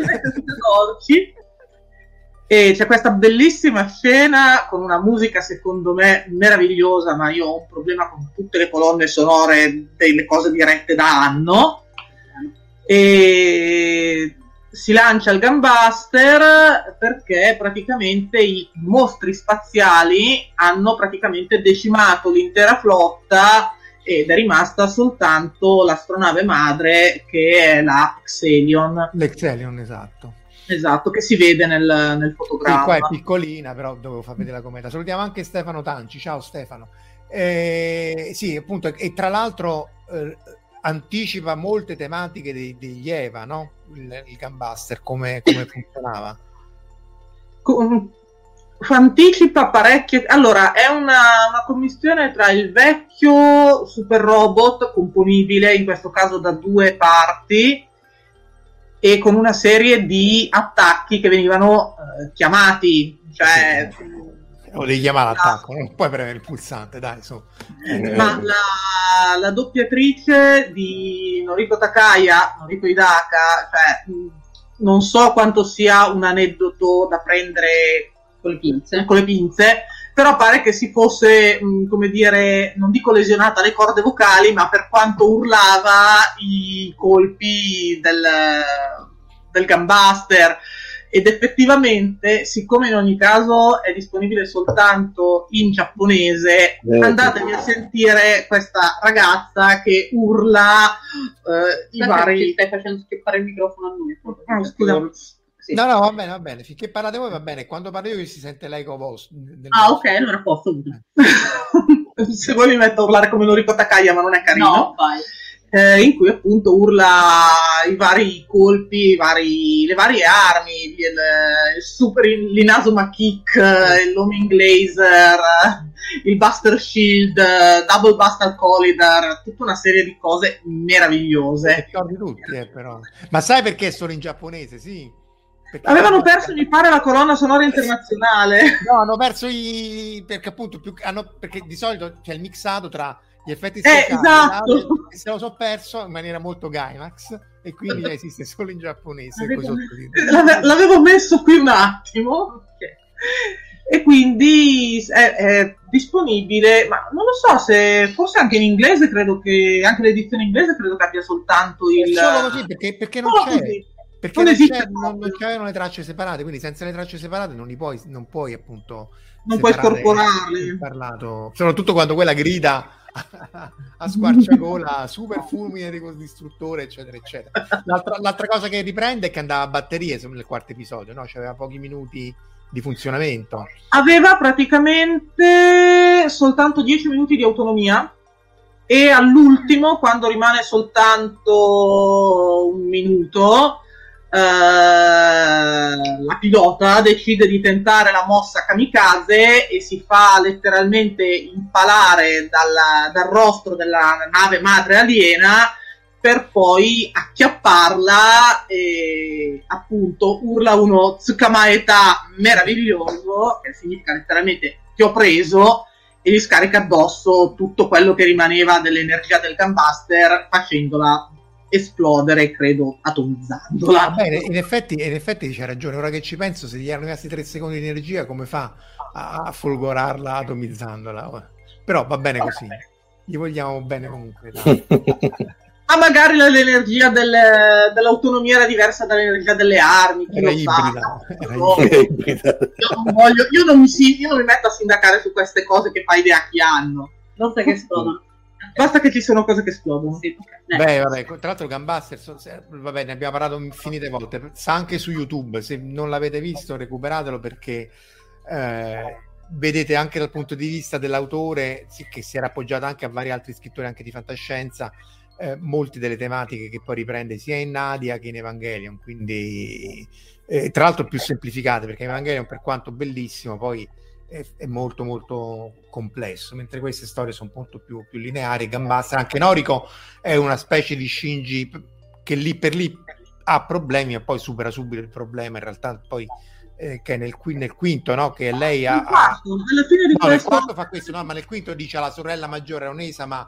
E c'è questa bellissima scena con una musica secondo me meravigliosa, ma io ho un problema con tutte le colonne sonore delle cose dirette da anno. E si lancia il Gunbuster perché praticamente i mostri spaziali hanno praticamente decimato l'intera flotta ed è rimasta soltanto l'astronave madre, che è la Xelion. L'Xelion, esatto, che si vede nel fotogramma. Sì, qua è piccolina, però dovevo far vedere la cometa. Salutiamo anche Stefano Tanci. Ciao Stefano. Sì, appunto, e tra l'altro anticipa molte tematiche degli Eva, no? Il Gunbuster, come funzionava? Anticipa parecchio. Allora, è una commistione tra il vecchio super robot, componibile in questo caso da 2 parti, e con una serie di attacchi che venivano chiamati, cioè... O devi chiamare l'attacco, non puoi premere il pulsante, dai, su. Ma la doppiatrice di Noriko Takaya, Noriko Hidaka, cioè, non so quanto sia un aneddoto da prendere con le pinze, però pare che si fosse, come dire, non dico lesionata le corde vocali, ma per quanto urlava i colpi del Gunbuster. Ed effettivamente, siccome in ogni caso è disponibile soltanto in giapponese, andatevi a sentire questa ragazza che urla i vari... Stai facendo schippare il microfono a noi. Scusa. Sì. No, va bene, finché parlate voi va bene, quando parlo io si sente l'eco vostro. Ok, allora posso. Se vuoi mi metto a urlare come Noriko Takaya, ma non è carino. No, vai. In cui appunto urla i vari colpi, le varie armi, l'Inazuma Kick, il Looming Laser, il Buster Shield, Double Buster Collider, tutta una serie di cose meravigliose. Ricordi tutti, però. Ma sai perché sono in giapponese? Sì. Perché avevano perso, mi pare, la colonna sonora internazionale. No, hanno perso perché appunto perché di solito c'è il mixato tra gli effetti speciali, esatto. E se lo so perso in maniera molto Gainax, e quindi esiste solo in giapponese. L'avevo messo qui un attimo, okay. E quindi è disponibile, ma non lo so se forse anche in inglese, credo che anche l'edizione inglese credo che abbia soltanto il... Solo così, perché non c'è. Così. Perché non c'erano le tracce separate, quindi senza le tracce separate non puoi appunto non puoi scorporarli. Parlato, soprattutto quando quella grida a squarciagola, super fulmine di distruttore, eccetera eccetera. L'altra cosa che riprende è che andava a batterie nel quarto episodio, no? C'aveva pochi minuti di funzionamento, aveva praticamente soltanto 10 minuti di autonomia, e all'ultimo, quando rimane soltanto un minuto, la pilota decide di tentare la mossa kamikaze e si fa letteralmente impalare dal rostro della nave madre aliena, per poi acchiapparla e appunto urla uno tsukamaeta meraviglioso, che significa letteralmente ti ho preso, e gli scarica addosso tutto quello che rimaneva dell'energia del Gunbuster, facendola esplodere, credo atomizzandola. Bene, in effetti c'è ragione, ora che ci penso, se gli erano rimasti 3 secondi di energia, come fa a folgorarla atomizzandola? Però va bene così, gli vogliamo bene comunque. Ma magari l'energia dell'autonomia era diversa dall'energia delle armi, chi era lo ibrida, sa. Io non mi metto a sindacare su queste cose che fa idea chi hanno. Non sai che sono. Basta che ci sono cose che esplodono. Sì, okay. Beh, vabbè, tra l'altro Gunbuster, vabbè, ne abbiamo parlato infinite volte, sta anche su YouTube, se non l'avete visto recuperatelo, perché vedete anche dal punto di vista dell'autore, sì, che si era appoggiato anche a vari altri scrittori anche di fantascienza, molte delle tematiche che poi riprende sia in Nadia che in Evangelion, quindi tra l'altro più semplificate, perché Evangelion, per quanto bellissimo, poi è molto molto complesso, mentre queste storie sono molto più lineari. Gunbuster, anche Noriko è una specie di Shinji che lì per lì ha problemi e poi supera subito il problema, in realtà poi che è nel quinto, no? Che lei ha alla fine di nel quarto fa questo, no? Ma nel quinto dice alla sorella maggiore Onesa, ma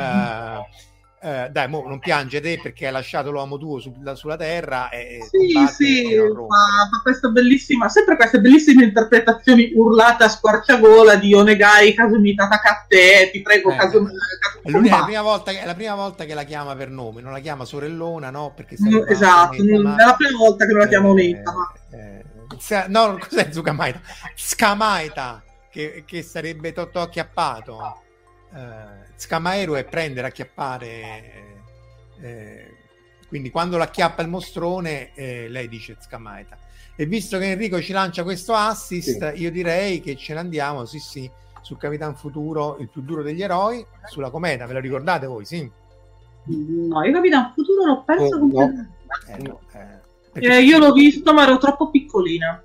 dai, mo non piangete perché hai lasciato l'uomo tuo sulla terra e fa questa bellissima, sempre queste bellissime interpretazioni urlate a squarciagola di Onegai Kazumita Takate, ti prego Kazumita. È la prima volta che la chiama per nome, non la chiama sorellona, no? Perché esatto, è la prima volta che non la chiama Oneta. No, cos'è Tsukamaita? Skamaita, che sarebbe Totò acchiappato. Scamaero è prendere, acchiappare, quindi quando l'acchiappa il mostrone lei dice Scamaeta. E visto che Enrico ci lancia questo assist, io direi che ce ne andiamo su Capitan Futuro, il più duro degli eroi, sulla cometa. Ve lo ricordate voi? Sì? No, io Capitan Futuro l'ho perso completamente. Io l'ho visto, ma ero troppo piccolina.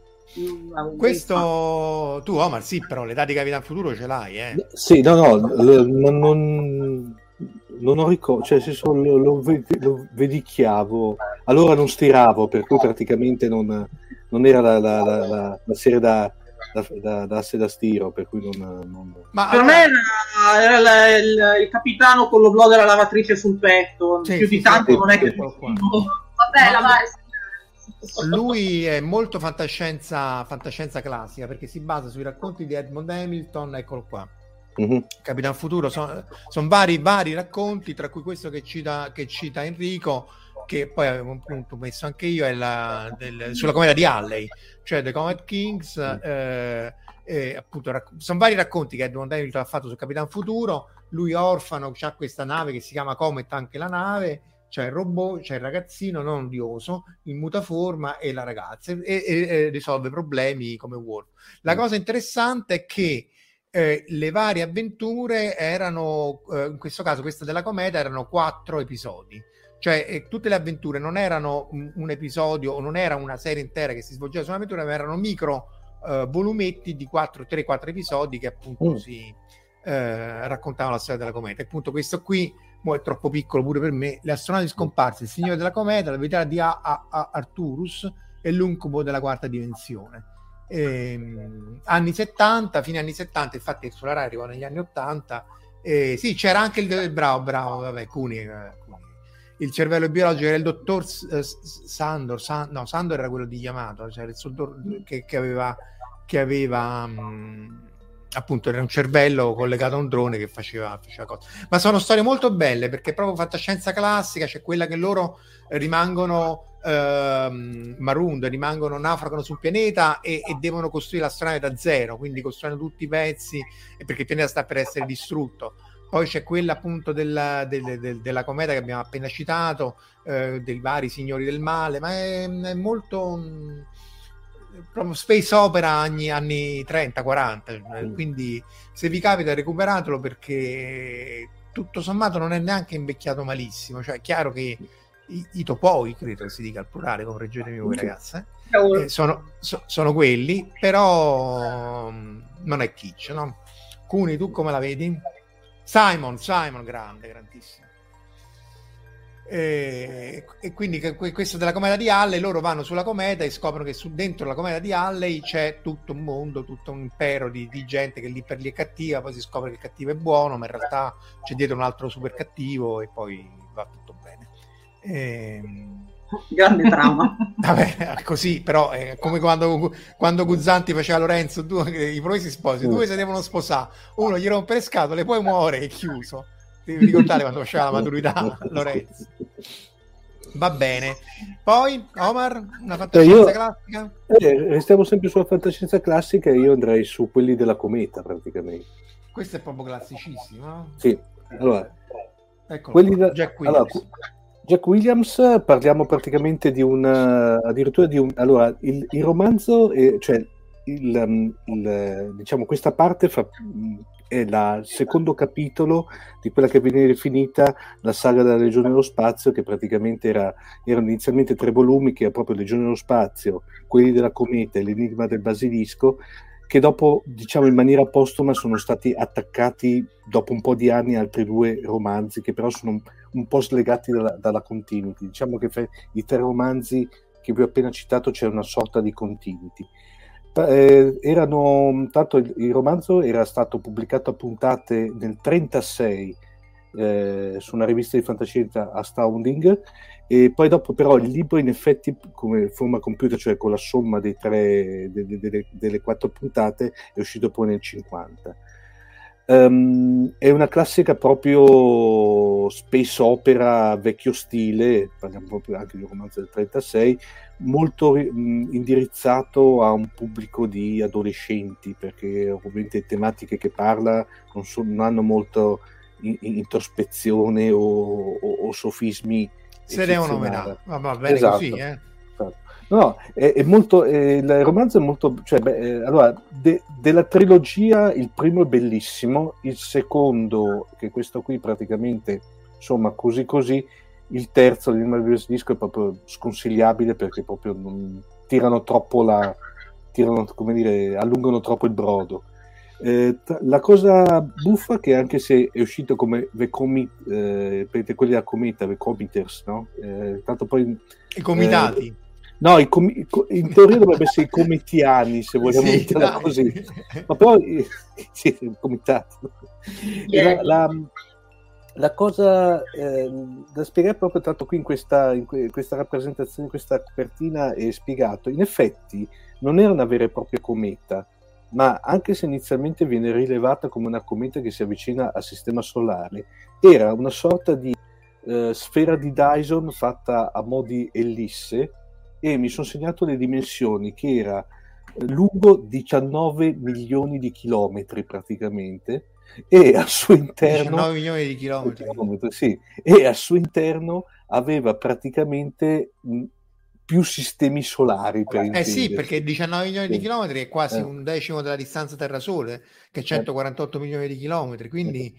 Questo tu, Omar, sì, però l'età di Capitan Futuro ce l'hai, Sì, non ho ricordo, cioè lo vedicchiavo, allora non stiravo, per cui praticamente non era la serie da asse da stiro, per cui non... Ma per me era il capitano con l'oblò della lavatrice sul petto, più di tanto non è che... Vabbè, lavare... Lui è molto fantascienza classica, perché si basa sui racconti di Edmond Hamilton, eccolo qua. Capitan Futuro sono vari racconti, tra cui questo che cita Enrico, che poi avevo appunto messo anche io, è sulla cometa di Halley, cioè The Comet Kings. Appunto sono vari racconti che Edmond Hamilton ha fatto su Capitan Futuro. Lui orfano, c'ha questa nave che si chiama Comet, anche la nave, c'è il robot, c'è il ragazzino non odioso in mutaforma e la ragazza, e risolve problemi come Worf. La cosa interessante è che le varie avventure erano, in questo caso questa della cometa, erano 4 episodi, cioè tutte le avventure non erano un episodio o non era una serie intera che si svolgeva su un'avventura, ma erano micro volumetti di 3-4 episodi che appunto si raccontavano la storia della cometa. E appunto questo qui è troppo piccolo pure per me: le astronauti scomparse, il signore della cometa, la verità di Arturus e l'incubo della quarta dimensione. Anni 70, fine anni 70, infatti sulla Rai arrivò negli anni 80. Sì, c'era anche il bravo, vabbè, Cuni. Il cervello biologico era il dottor Sandor, Sandor era quello di Yamato, cioè il dottor che aveva appunto era un cervello collegato a un drone che faceva cose. Ma sono storie molto belle, perché proprio fantascienza classica. C'è quella che loro rimangono Marund, naufragano sul pianeta e devono costruire l'astronave da zero, quindi costruendo tutti i pezzi, perché il pianeta sta per essere distrutto. Poi c'è quella appunto della cometa che abbiamo appena citato, dei vari signori del male, ma è molto proprio space opera anni 30-40, quindi se vi capita recuperatelo, perché tutto sommato non è neanche invecchiato malissimo. Cioè è chiaro che i topoi, credo che si dica al plurale, correggetemi voi ragazze, sono quelli, però non è kitsch, no? Cuni, tu come la vedi? Simon, grandissimo. E quindi questo della cometa di Halley, loro vanno sulla cometa e scoprono che dentro la cometa di Halley c'è tutto un mondo, tutto un impero di gente che lì per lì è cattiva, poi si scopre che il cattivo è buono, ma in realtà c'è dietro un altro super cattivo e poi va tutto bene. Grande trama. Vabbè, così, però è come quando Guzzanti faceva Lorenzo, i promessi sposi, due si devono sposare, uno gli rompe le scatole, poi muore e chiuso. Devi ricordare quando faceva la maturità Lorenzo. Va bene. Poi Omar, una fantascienza classica? Restiamo sempre sulla fantascienza classica e io andrei su quelli della cometa praticamente. Questo è proprio classicissimo, no? Sì. Allora, Jack Williams. Jack Williams, parliamo praticamente di addirittura di un... Allora, il romanzo, cioè diciamo questa parte è il secondo capitolo di quella che viene definita la saga della Legione dello Spazio, che praticamente erano inizialmente 3 volumi, che era proprio Legione dello Spazio, quelli della cometa e l'enigma del basilisco, che dopo, diciamo in maniera postuma, sono stati attaccati dopo un po' di anni altri 2 romanzi che però sono un po' slegati dalla continuity. Diciamo che fra i 3 romanzi che vi ho appena citato c'è una sorta di continuity. Tanto il romanzo era stato pubblicato a puntate nel 1936 su una rivista di fantascienza, Astounding, e poi dopo però il libro in effetti come forma computer, cioè con la somma delle 4 puntate, è uscito poi nel 50. È una classica proprio space opera vecchio stile, parliamo proprio anche di un romanzo del 36, molto indirizzato a un pubblico di adolescenti, perché ovviamente le tematiche che parla non hanno molto introspezione o sofismi. Se devono menare, va bene, esatto. Così, No, è molto, il romanzo è molto, cioè, allora, della trilogia il primo è bellissimo, il secondo, che questo qui praticamente, insomma, così, il terzo, l'Enigma del basilisco, è proprio sconsigliabile, perché proprio tirano troppo come dire, allungano troppo il brodo. La cosa buffa che anche se è uscito come quelli della cometa, The Cometers, no? Tanto poi i comitati. No, in teoria dovrebbe essere i cometiani, se vogliamo metterla così, ma poi sì, il comitato. La cosa da spiegare proprio tanto qui in questa rappresentazione, in questa copertina è spiegato. In effetti non era una vera e propria cometa, ma anche se inizialmente viene rilevata come una cometa che si avvicina al sistema solare, era una sorta di sfera di Dyson fatta a mo' di ellisse, e mi sono segnato le dimensioni, che era lungo 19 milioni di chilometri praticamente, e al suo interno 19 milioni di chilometri, sì, e al suo interno aveva praticamente più sistemi solari, per sì, perché 19 milioni di chilometri è quasi un decimo della distanza Terra-Sole, che è 148 milioni di chilometri, quindi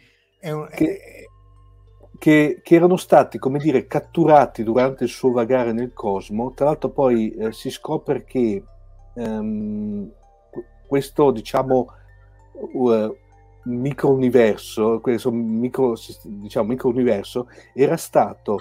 che erano stati, come dire, catturati durante il suo vagare nel cosmo. Tra l'altro poi si scopre che questo, diciamo, microuniverso, questo microuniverso era stato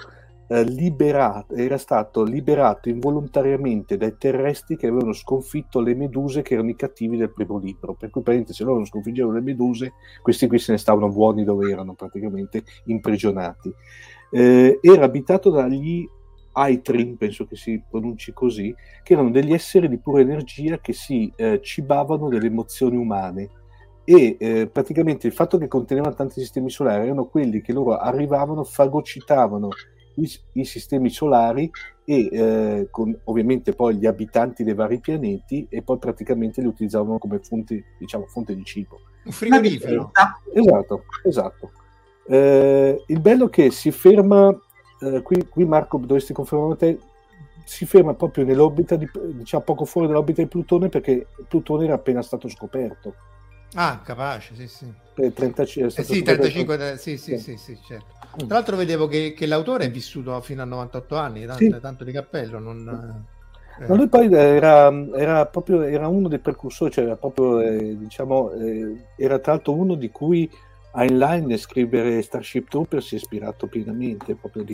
liberato involontariamente dai terrestri che avevano sconfitto le meduse, che erano i cattivi del primo libro, per cui praticamente se loro non sconfiggevano le meduse, questi qui se ne stavano buoni dove erano, praticamente imprigionati. Era abitato dagli Aitrim, penso che si pronunci così, che erano degli esseri di pura energia che si cibavano delle emozioni umane, e praticamente il fatto che contenevano tanti sistemi solari erano quelli che loro arrivavano, fagocitavano i sistemi solari, e con ovviamente poi gli abitanti dei vari pianeti, e poi praticamente li utilizzavano come fonte di cibo. Un frigorifero. Esatto. Il bello che si ferma, qui Marco dovresti confermare te, si ferma proprio nell'orbita diciamo poco fuori dall'orbita di Plutone, perché Plutone era appena stato scoperto. Capace, sì. 35, sì, certo. Tra l'altro vedevo che l'autore è vissuto fino a 98 anni, tanto di cappello. Ma lui poi era uno dei precursori, cioè era proprio, era tra l'altro uno di cui Heinlein, nel scrivere Starship Troopers, si è ispirato pienamente, proprio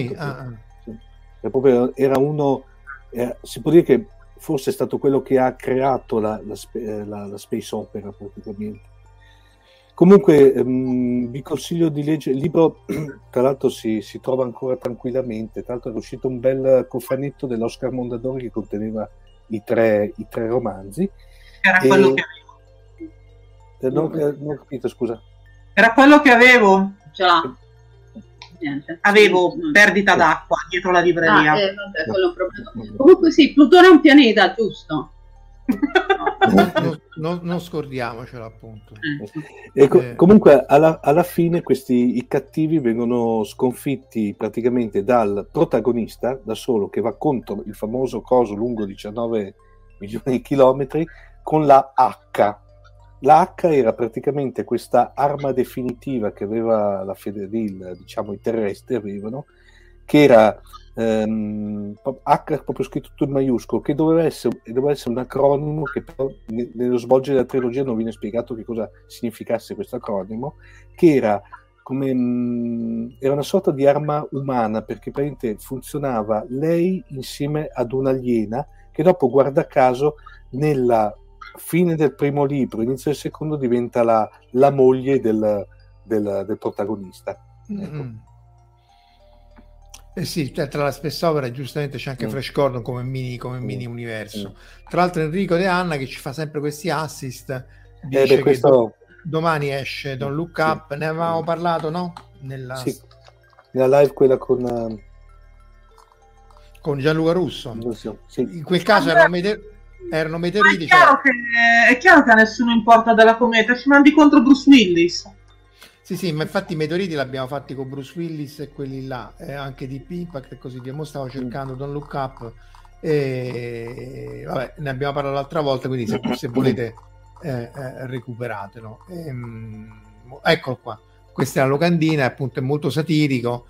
era uno, si può dire che forse è stato quello che ha creato la space opera praticamente. Comunque vi consiglio di leggere il libro, tra l'altro si trova ancora tranquillamente, tra l'altro è uscito un bel cofanetto dell'Oscar Mondadori che conteneva i tre romanzi. Era quello che avevo. Non ho capito, scusa. Era quello che avevo. Ce l'ha. Niente. Avevo perdita d'acqua dietro la libreria. Vabbè, quello è un problema. Comunque sì, Plutone è un pianeta, giusto? Non scordiamocelo, appunto. Comunque alla fine i cattivi vengono sconfitti praticamente dal protagonista da solo, che va contro il famoso coso lungo 19 milioni di chilometri con la H. La H era praticamente questa arma definitiva che aveva la Federil, diciamo i terrestri avevano, che era H proprio scritto tutto in maiuscolo, che doveva essere un acronimo che però nello svolgere della trilogia non viene spiegato che cosa significasse questo acronimo, che era come era una sorta di arma umana, perché praticamente funzionava lei insieme ad un'aliena che dopo, guarda caso, nella fine del primo libro, inizio del secondo, diventa la moglie del protagonista. Ecco. Sì, tra la spessopera giustamente c'è anche Flash Gordon come mini universo. Tra l'altro Enrico De Anna, che ci fa sempre questi assist, dice che domani esce Don't Look Up, ne avevamo parlato, no? Nella live quella con Gianluca Russo. Sì. In quel caso erano meteoriti. È chiaro che a nessuno importa della cometa, ci mandi contro Bruce Willis. Sì, ma infatti i meteoriti l'abbiamo fatti con Bruce Willis e quelli là, anche Deep Impact e così via. Mo stavo cercando Don't Look Up e vabbè, ne abbiamo parlato l'altra volta, quindi se volete recuperatelo. Eccolo qua, questa è la locandina, appunto è molto satirico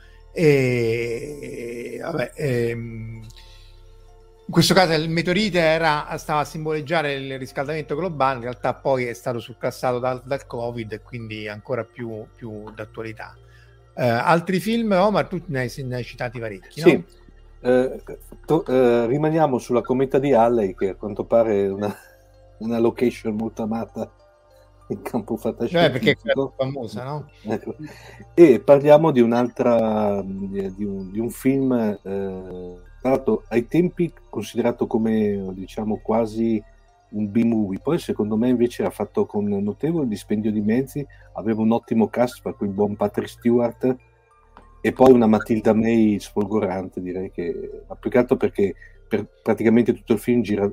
e vabbè, in questo caso il meteorite stava a simboleggiare il riscaldamento globale, in realtà poi è stato surclassato dal Covid e quindi ancora più d'attualità. Altri film, Omar, tu ne hai citati parecchi, no? Sì. Rimaniamo sulla cometa di Halley, che a quanto pare è una location molto amata in campo fantascientifico. Perché è famosa, no? Ecco. E parliamo di un'altra di un film tra l'altro ai tempi considerato come, diciamo, quasi un B-movie, poi secondo me invece era fatto con notevole dispendio di mezzi, aveva un ottimo cast, per cui il buon Patrick Stewart e poi una Matilda May sfolgorante, direi, ma più che altro perché per praticamente tutto il film gira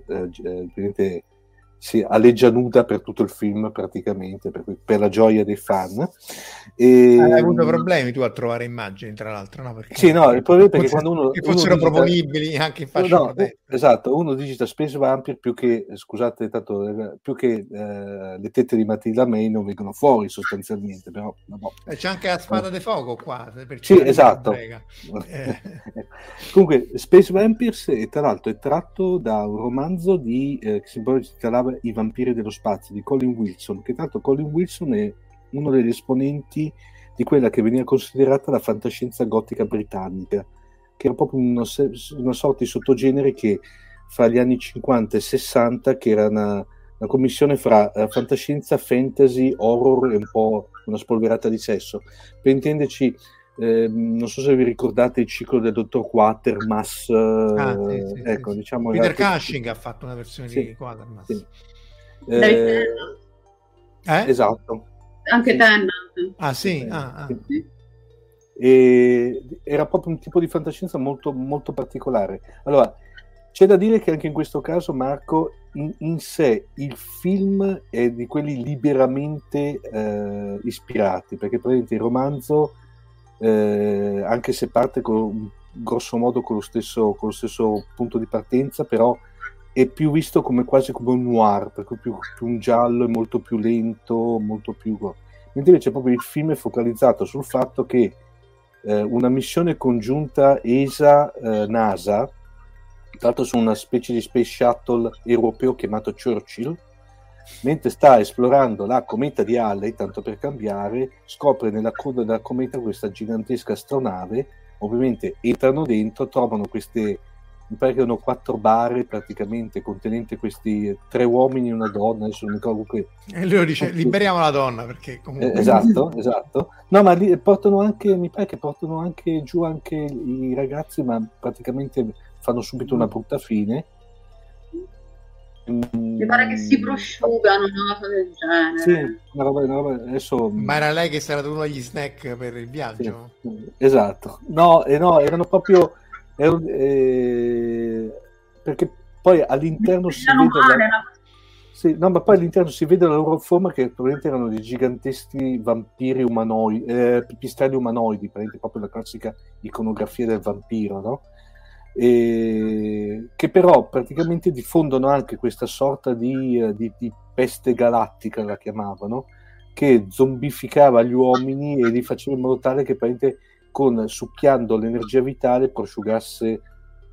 aleggia nuda per tutto il film praticamente, per la gioia dei fan. Hai avuto problemi tu a trovare immagini, tra l'altro, no? Perché sì, no, il problema è perché quando uno fossero proponibili anche in fascia esatto, uno digita Space Vampire più che, scusate tanto, più che le tette di Matilda May non vengono fuori sostanzialmente, però c'è anche la spada di fuoco qua, sì, esatto. Comunque Space Vampires tra l'altro è tratto da un romanzo che si intitolava I vampiri dello spazio di Colin Wilson, che tanto Colin Wilson è uno degli esponenti di quella che veniva considerata la fantascienza gotica britannica, che era proprio una sorta di sottogenere che fra gli anni 50 e 60 che era una commissione fra fantascienza, fantasy, horror e un po' una spolverata di sesso, per intenderci. Non so se vi ricordate il ciclo del dottor Quatermass, ecco, sì. Diciamo Peter Cushing ha fatto una versione di Quatermass. Sì. Esatto. Anche Tennant. Sì. E era proprio un tipo di fantascienza molto, molto particolare. Allora, c'è da dire che anche in questo caso, Marco, in sé il film è di quelli liberamente ispirati, perché praticamente il romanzo, anche se parte grosso modo con lo stesso punto di partenza, però è più visto quasi come un noir, per cui più un giallo, è molto più lento, molto più, mentre invece proprio il film è focalizzato sul fatto che una missione congiunta ESA-NASA, tra l'altro su una specie di space shuttle europeo chiamato Churchill, mentre sta esplorando la cometa di Halley, tanto per cambiare, scopre nella coda della cometa questa gigantesca astronave. Ovviamente entrano dentro, trovano queste, mi pare che erano 4 bare praticamente contenenti questi 3 uomini e una donna, adesso non mi ricordo che. E lui dice liberiamo la donna, perché comunque esatto. No, ma lì portano anche, mi pare che portano anche giù anche i ragazzi, ma praticamente fanno subito una brutta fine. Mi pare che si prosciugano, una cosa del genere. Sì, una roba adesso. Ma era lei che si era tenuta gli snack per il viaggio? Sì, esatto. No, erano proprio perché poi all'interno si vede Sì, no, ma poi all'interno si vede la loro forma, che probabilmente erano dei giganteschi vampiri umanoidi, pipistrelli umanoidi, proprio la classica iconografia del vampiro, no? Che però praticamente diffondono anche questa sorta di peste galattica, la chiamavano, che zombificava gli uomini e li faceva in modo tale che praticamente succhiando l'energia vitale prosciugasse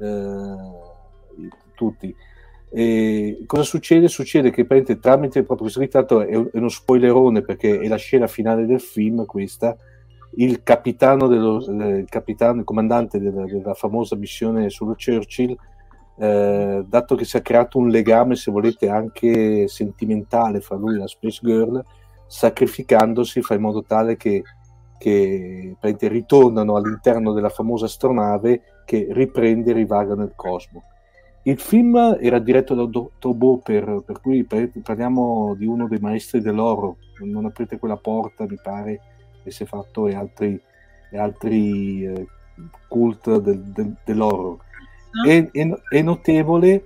tutti. E cosa succede? Succede che tramite proprio questo ritratto, è uno spoilerone perché è la scena finale del film questa, il comandante della famosa missione sullo Churchill, dato che si è creato un legame, se volete, anche sentimentale fra lui e la Space Girl, sacrificandosi, fa in modo tale che ritornano all'interno della famosa astronave che riprende e rivaga nel cosmo. Il film era diretto da Dr. Bo, per cui parliamo di uno dei maestri dell'horror. Non aprite quella porta, mi pare che si è fatto, e altri cult dell'horror. È notevole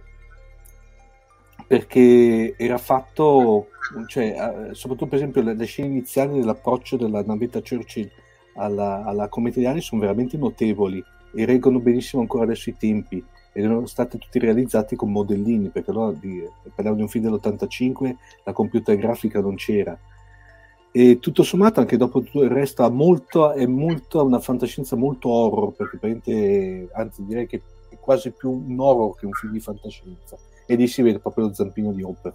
perché era fatto, cioè, soprattutto per esempio le scene iniziali dell'approccio della navetta Churchill alla cometa di Halley sono veramente notevoli e reggono benissimo ancora adesso i tempi, ed erano stati tutti realizzati con modellini, perché allora parliamo di un film dell'85, la computer grafica non c'era, e tutto sommato anche dopo tutto il resto è molto una fantascienza molto horror, perché anzi direi che è quasi più un horror che un film di fantascienza, e lì si vede proprio lo zampino di Hopper.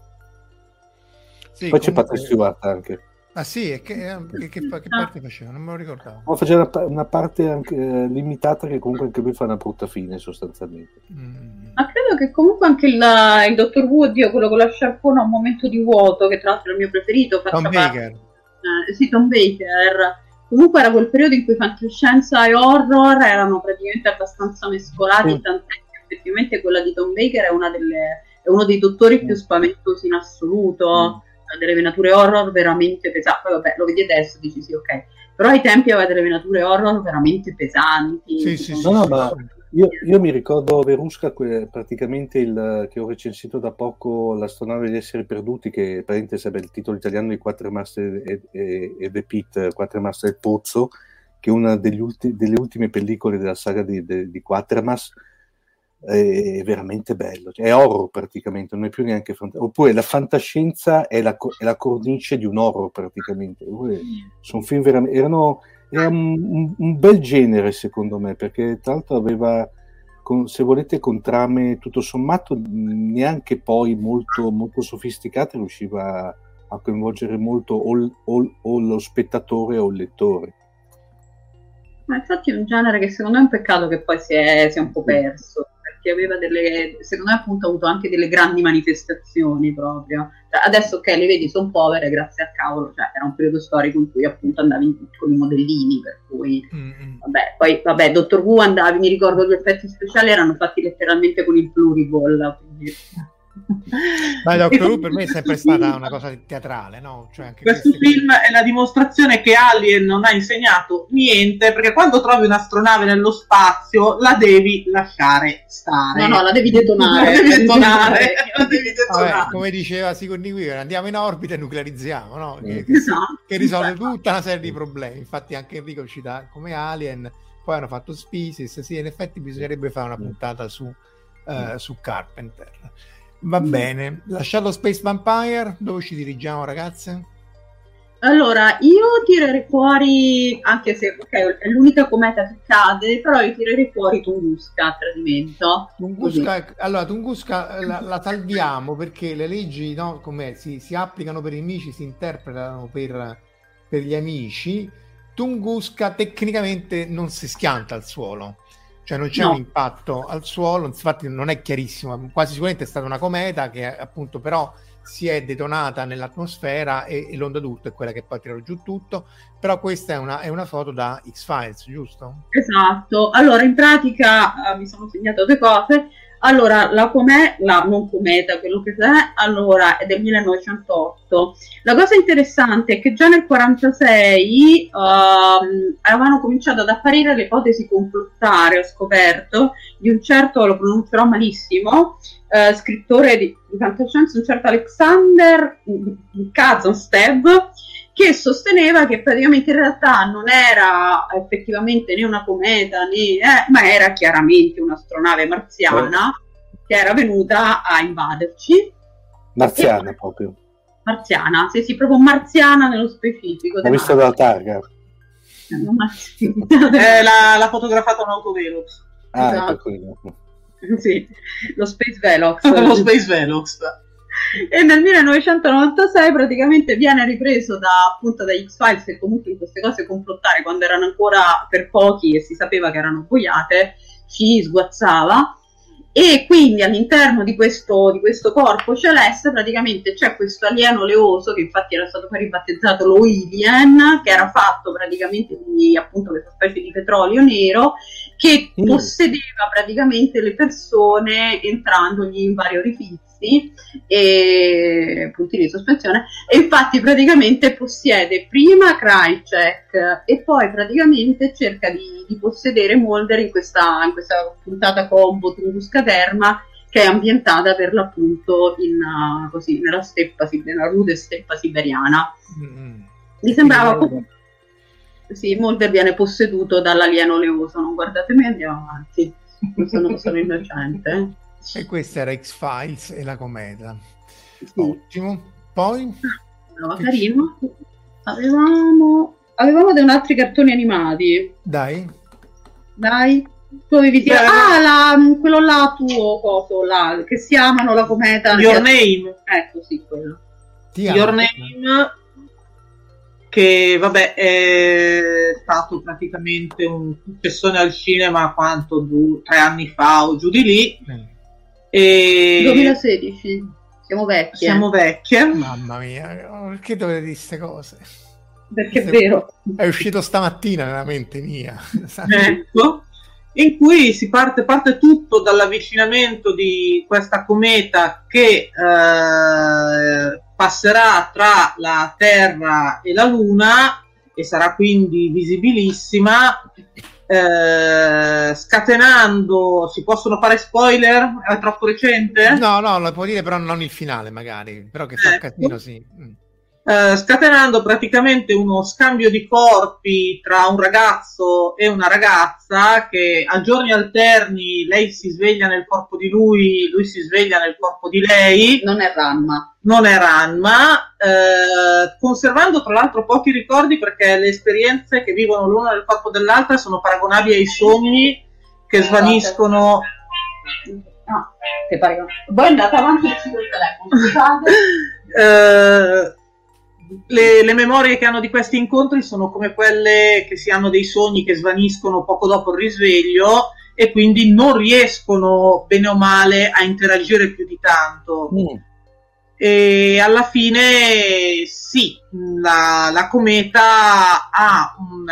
Sì, poi c'è Patrick Stewart anche. Ah sì, e che parte faceva? Non me lo ricordavo. Ma faceva una parte anche limitata, che comunque anche lui fa una brutta fine sostanzialmente. Ma credo che comunque anche il Dottor Who, quello con la sciarpona, un momento di vuoto, che tra l'altro è il mio preferito, Tom Baker. Sì, Tom Baker. Comunque era quel periodo in cui fantascienza e horror erano praticamente abbastanza mescolati, tant'è che effettivamente quella di Tom Baker è uno dei dottori più spaventosi in assoluto. Delle venature horror veramente pesanti. Poi vabbè, lo vedi adesso, dici sì, ok, però ai tempi aveva delle venature horror veramente pesanti. Ma io mi ricordo Verusca, praticamente che ho recensito da poco, l'astronave degli esseri perduti, che praticamente sarebbe il titolo italiano di Quatermaster e The Pit, Quatermaster del Pozzo, che è una delle ultime pellicole della saga di Quatermass. È veramente bello, è horror praticamente, non è più neanche oppure la fantascienza è la cornice di un horror praticamente. Sono film veramente, era un bel genere secondo me, perché tra l'altro aveva, se volete, con trame tutto sommato neanche poi molto, molto sofisticate, riusciva a coinvolgere molto o lo spettatore o il lettore. Ma infatti è un genere che secondo me è un peccato che poi si è un po' perso, perché aveva secondo me appunto ha avuto anche delle grandi manifestazioni proprio. Cioè, adesso ok, le vedi, sono povere, grazie al cavolo, cioè era un periodo storico in cui appunto andavi con i modellini, per cui vabbè, Dottor Who andavi, mi ricordo gli effetti speciali erano fatti letteralmente con il pluriball, quindi... Ma Doctor Who per me è sempre stata una cosa teatrale, no? Cioè anche questo film è la dimostrazione che Alien non ha insegnato niente, perché quando trovi un'astronave nello spazio la devi lasciare stare. No, la devi detonare. Vabbè, come diceva Sigourney Weaver, andiamo in orbita e nuclearizziamo, no? Che risolve tutta una serie di problemi. Infatti anche Enrico cita come Alien, poi hanno fatto Species. Sì, in effetti bisognerebbe fare una puntata su Carpenter. Va bene, lasciato Space Vampire, dove ci dirigiamo, ragazze? Allora, io tirerei fuori, anche se ok, è l'unica cometa che cade, però io tirerei fuori Tunguska a tradimento. Tunguska la salviamo perché le leggi, no, com'è, si applicano per i nemici, si interpretano per gli amici. Tunguska tecnicamente non si schianta al suolo. Cioè non c'è un impatto al suolo, infatti non è chiarissimo, quasi sicuramente è stata una cometa che appunto però si è detonata nell'atmosfera e l'onda d'urto è quella che poi tirò giù tutto, però questa è una foto da X-Files, giusto? Esatto, allora in pratica mi sono segnato due cose. Allora, non cometa, quello che è, allora, è del 1908. La cosa interessante è che già nel 1946 avevano cominciato ad apparire le ipotesi complottare, ho scoperto, di un certo, lo pronuncerò malissimo, scrittore di fantascienza, un certo Alexander Kazanstev, che sosteneva che praticamente in realtà non era effettivamente né una cometa, ma era chiaramente un'astronave marziana che era venuta a invaderci. Marziana proprio. Marziana, sì, proprio marziana nello specifico. L'ho vista dalla targa. L'ha fotografata un autovelox. Esatto. Sì, lo Space Velox. Lo Space Velox. E nel 1996 praticamente viene ripreso appunto da X-Files, che comunque in queste cose complottare, quando erano ancora per pochi e si sapeva che erano boiate, ci sguazzava. E quindi all'interno di questo corpo celeste praticamente c'è questo alieno oleoso, che infatti era stato poi ribattezzato lo Alien, che era fatto praticamente di appunto questa specie di petrolio nero, che possedeva praticamente le persone entrandogli in vari orifizi e puntini di sospensione, e infatti praticamente possiede prima Krycek e poi praticamente cerca di possedere Mulder in questa puntata combo Tunguska-Terma, che è ambientata per l'appunto nella rude steppa siberiana. Mi sembrava sì, Mulder viene posseduto dall'alieno oleoso, non guardatemi, andiamo avanti, sono innocente. E questa era X-Files e la cometa. Sì. Ottimo. Poi? No, carino. Avevamo dei altri cartoni animati. Dai. Tu avevi tirato... quello là tuo, coso là, che si amano la cometa. Your Name. Ecco, sì, quello. Your Name, che vabbè è stato praticamente un successone al cinema 3 anni fa o giù di lì. 2016, siamo vecchie. Mamma mia, perché dovete dire queste cose? Perché è vero, è uscito stamattina nella mente mia. Ecco, in cui si parte tutto dall'avvicinamento di questa cometa che passerà tra la Terra e la Luna e sarà quindi visibilissima, scatenando, si possono fare spoiler? È troppo recente? No, lo può dire, però non il finale magari, però che fa casino, sì. Scatenando praticamente uno scambio di corpi tra un ragazzo e una ragazza, che a giorni alterni lei si sveglia nel corpo di lui si sveglia nel corpo di lei. Non è Ranma, conservando tra l'altro pochi ricordi, perché le esperienze che vivono l'una nel corpo dell'altra sono paragonabili ai sogni che svaniscono. Che pareva. Voi andate avanti sul telefono, scusate. Le memorie che hanno di questi incontri sono come quelle che si hanno dei sogni che svaniscono poco dopo il risveglio e quindi non riescono bene o male a interagire più di tanto. E alla fine sì, la cometa ha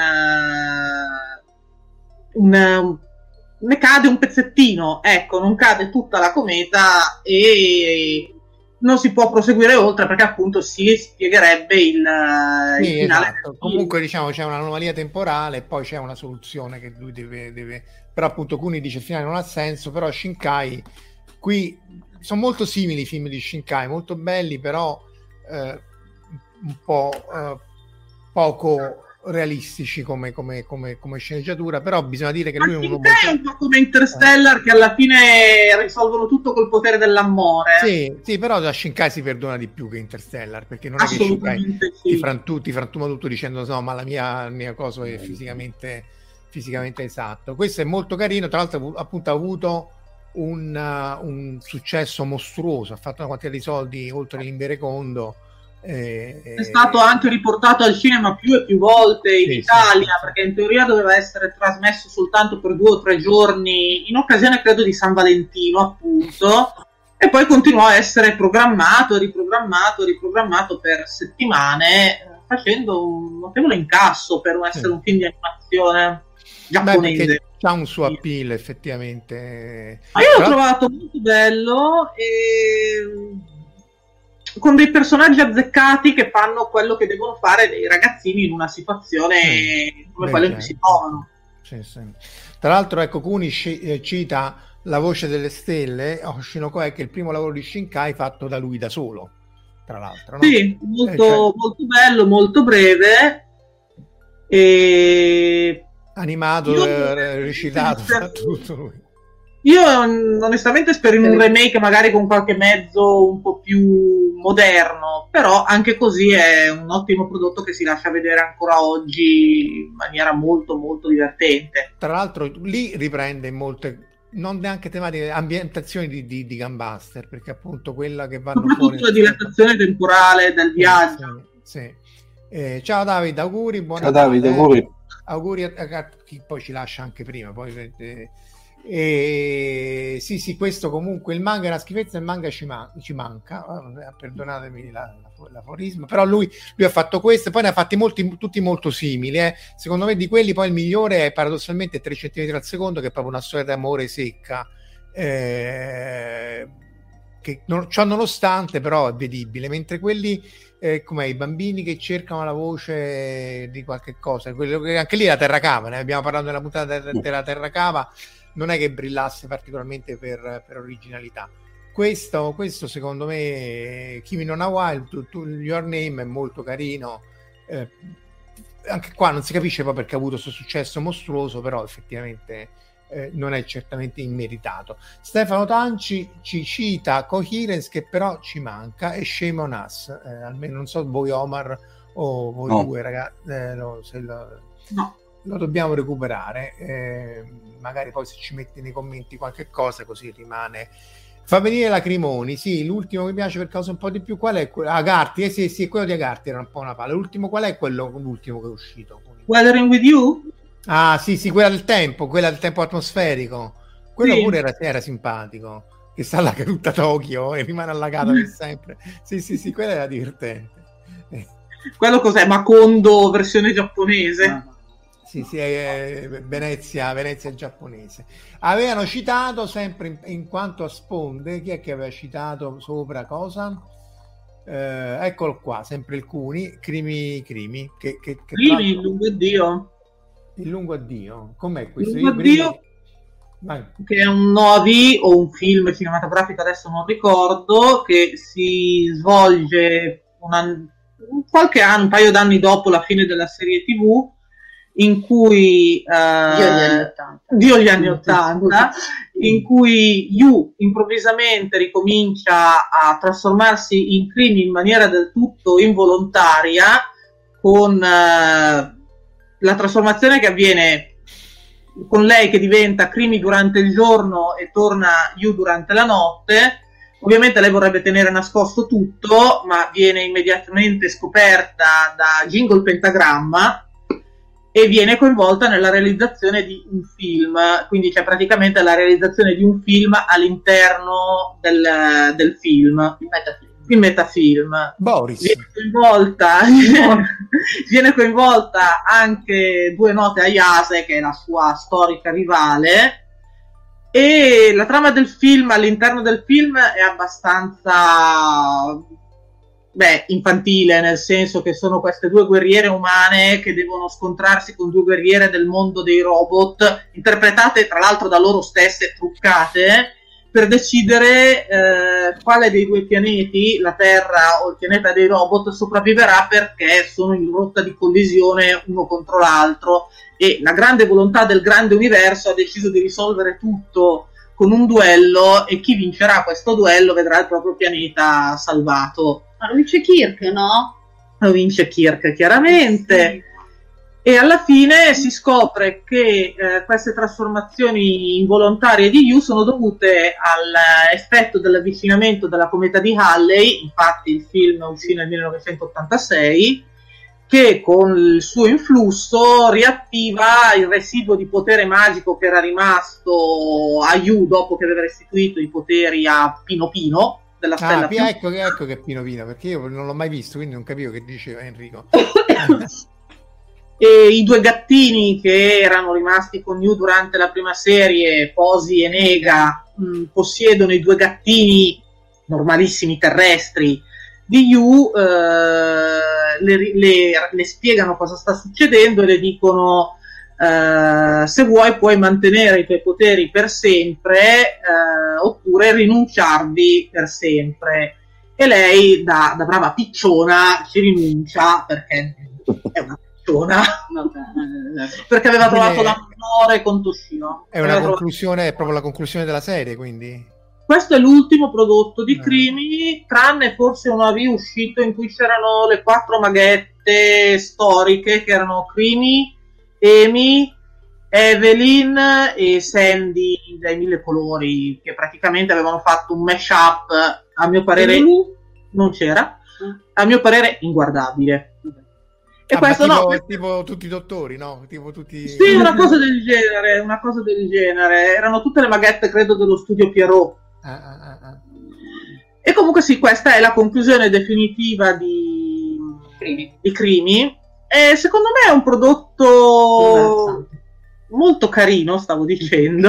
ne cade un pezzettino, ecco, non cade tutta la cometa e non si può proseguire oltre, perché appunto si spiegherebbe il finale. Esatto. Comunque diciamo c'è un'anomalia temporale e poi c'è una soluzione che lui deve però appunto Kuni dice il finale non ha senso, però Shinkai qui sono molto simili i film di Shinkai, molto belli, però un po' poco realistici come sceneggiatura, però bisogna dire che lui è uno è un po' come Interstellar, che alla fine risolvono tutto col potere dell'amore. Sì, però da Shinkai si perdona di più che Interstellar, perché non è che Shinkai ti frantuma tutto dicendo no, ma la mia cosa è fisicamente esatto. Questo è molto carino, tra l'altro appunto ha avuto un successo mostruoso, ha fatto una quantità di soldi oltre l'Inverecondo. È stato anche riportato al cinema più e più volte in Italia, perché in teoria doveva essere trasmesso soltanto per 2 o 3 giorni in occasione credo di San Valentino appunto, e poi continuò a essere riprogrammato per settimane, facendo un notevole incasso per essere un film di animazione. giapponese. C'ha un suo appeal effettivamente. Ma io l'ho trovato molto bello e con dei personaggi azzeccati che fanno quello che devono fare dei ragazzini in una situazione come quella in cui si trovano. Sì. Tra l'altro, ecco, Kuni cita La voce delle stelle, Oshinoko, che è il primo lavoro di Shinkai fatto da lui da solo, tra l'altro, no? Sì, molto bello, molto breve e animato, recitato, fatto tutto lui. Io onestamente spero in un remake magari con qualche mezzo un po' più moderno, però anche così è un ottimo prodotto che si lascia vedere ancora oggi in maniera molto molto divertente. Tra l'altro lì riprende molte, non neanche tematiche, ambientazioni di Gunbuster, perché appunto quella che vanno soprattutto la dilatazione temporale del viaggio. Sì. Ciao Davide, auguri, buona ciao Davide, auguri a chi poi ci lascia anche prima, poi sì, questo comunque il manga è una schifezza, il manga ci manca, perdonatemi l'aforismo, però lui ha fatto questo e poi ne ha fatti tutti molto simili, secondo me di quelli poi il migliore è paradossalmente 3 cm al secondo, che è proprio una storia d'amore secca, che ciò nonostante però è vedibile, mentre quelli come i bambini che cercano la voce di qualche cosa, anche lì la terracava, ne abbiamo parlato nella puntata della terracava, non è che brillasse particolarmente per originalità. Questo secondo me, Kimi no Na wa, Your Name, è molto carino, anche qua non si capisce poi perché ha avuto questo successo mostruoso, però effettivamente non è certamente immeritato. Stefano Tanci ci cita Coherence, che però ci manca, e Shame on Us, almeno non so voi Omar o voi due ragazzi, lo dobbiamo recuperare, magari poi se ci metti nei commenti qualche cosa così rimane. Fa venire lacrimoni, sì, l'ultimo mi piace per causa un po' di più. Qual è quello? Agarty, sì, quello di Agarty era un po' una palla. L'ultimo qual è l'ultimo che è uscito? Weathering with You? Ah sì, quella del tempo atmosferico, quello sì. Pure era simpatico, che sta là tutta Tokyo e rimane allagata per sempre. Sì, quello era divertente. Quello cos'è? Macondo versione giapponese? Sì, è Venezia giapponese. Avevano citato sempre in quanto a sponde, chi è che aveva citato sopra cosa? Eccolo qua, sempre il Cuni, Crimi Crimi, il lungo addio. Il lungo addio, com'è questo? Il lungo addio, che è un OAV o un film cinematografico, adesso non ricordo, che si svolge qualche anno, un paio d'anni dopo la fine della serie TV, in cui Dio gli anni 80, in cui Yu improvvisamente ricomincia a trasformarsi in Crimi in maniera del tutto involontaria, con la trasformazione che avviene con lei che diventa Crimi durante il giorno e torna Yu durante la notte. Ovviamente lei vorrebbe tenere nascosto tutto, ma viene immediatamente scoperta da Jingle Pentagramma e viene coinvolta nella realizzazione di un film, quindi c'è praticamente la realizzazione di un film all'interno del film, il metafilm. Boris. Viene coinvolta anche Due note Ayase, che è la sua storica rivale, e la trama del film, all'interno del film, è abbastanza infantile, nel senso che sono queste due guerriere umane che devono scontrarsi con due guerriere del mondo dei robot, interpretate tra l'altro da loro stesse, truccate, per decidere quale dei due pianeti, la Terra o il pianeta dei robot, sopravviverà, perché sono in rotta di collisione uno contro l'altro, e la grande volontà del grande universo ha deciso di risolvere tutto con un duello, e chi vincerà questo duello vedrà il proprio pianeta salvato. Ma lo vince Kirk, no? Lo vince Kirk, chiaramente. Sì. E alla fine si scopre che queste trasformazioni involontarie di Yu sono dovute all'effetto dell'avvicinamento della cometa di Halley. Infatti il film uscì nel 1986, che con il suo influsso riattiva il residuo di potere magico che era rimasto a Yu dopo che aveva restituito i poteri a Pino Pino della stella. Ecco che è Pino Pino, perché io non l'ho mai visto, quindi non capivo che diceva Enrico. E i due gattini che erano rimasti con Yu durante la prima serie, Posy e Nega, possiedono i due gattini normalissimi terrestri di Yu, le spiegano cosa sta succedendo e le dicono se vuoi puoi mantenere i tuoi poteri per sempre oppure rinunciarvi per sempre. E lei da brava picciona ci rinuncia perché è una picciona perché aveva trovato l'amore con Toshio. È una conclusione, è proprio la conclusione della serie, quindi questo è l'ultimo prodotto di Crimi, tranne forse una review uscito in cui c'erano le 4 maghette storiche che erano Crimi, Amy, Evelyn e Sandy dai 1000 colori, che praticamente avevano fatto un mashup, a mio parere non c'era, a mio parere inguardabile. E questo tipo tutti i dottori, no? Tipo tutti... Sì, una cosa del genere. Erano tutte le maghette, credo, dello studio Pierrot. E comunque sì, questa è la conclusione definitiva di Crimi. E secondo me è un prodotto molto carino, stavo dicendo.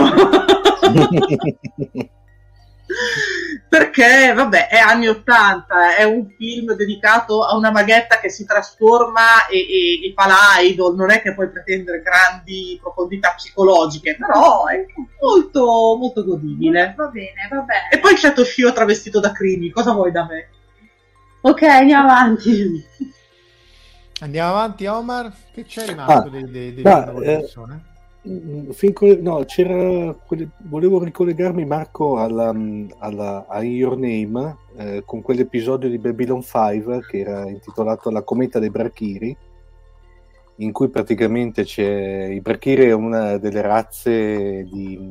Perché vabbè, è anni 80, è un film dedicato a una maghetta che si trasforma e fa l'idol, non è che puoi pretendere grandi profondità psicologiche, però è molto molto godibile. Va bene. E poi c'è Toshio travestito da Crimi, cosa vuoi da me? Ok, andiamo avanti. Omar, che c'è rimasto di persone? Volevo ricollegarmi, Marco, a Your Name, con quell'episodio di Babylon 5 che era intitolato La cometa dei Brakiri, in cui praticamente i Brakiri è una delle razze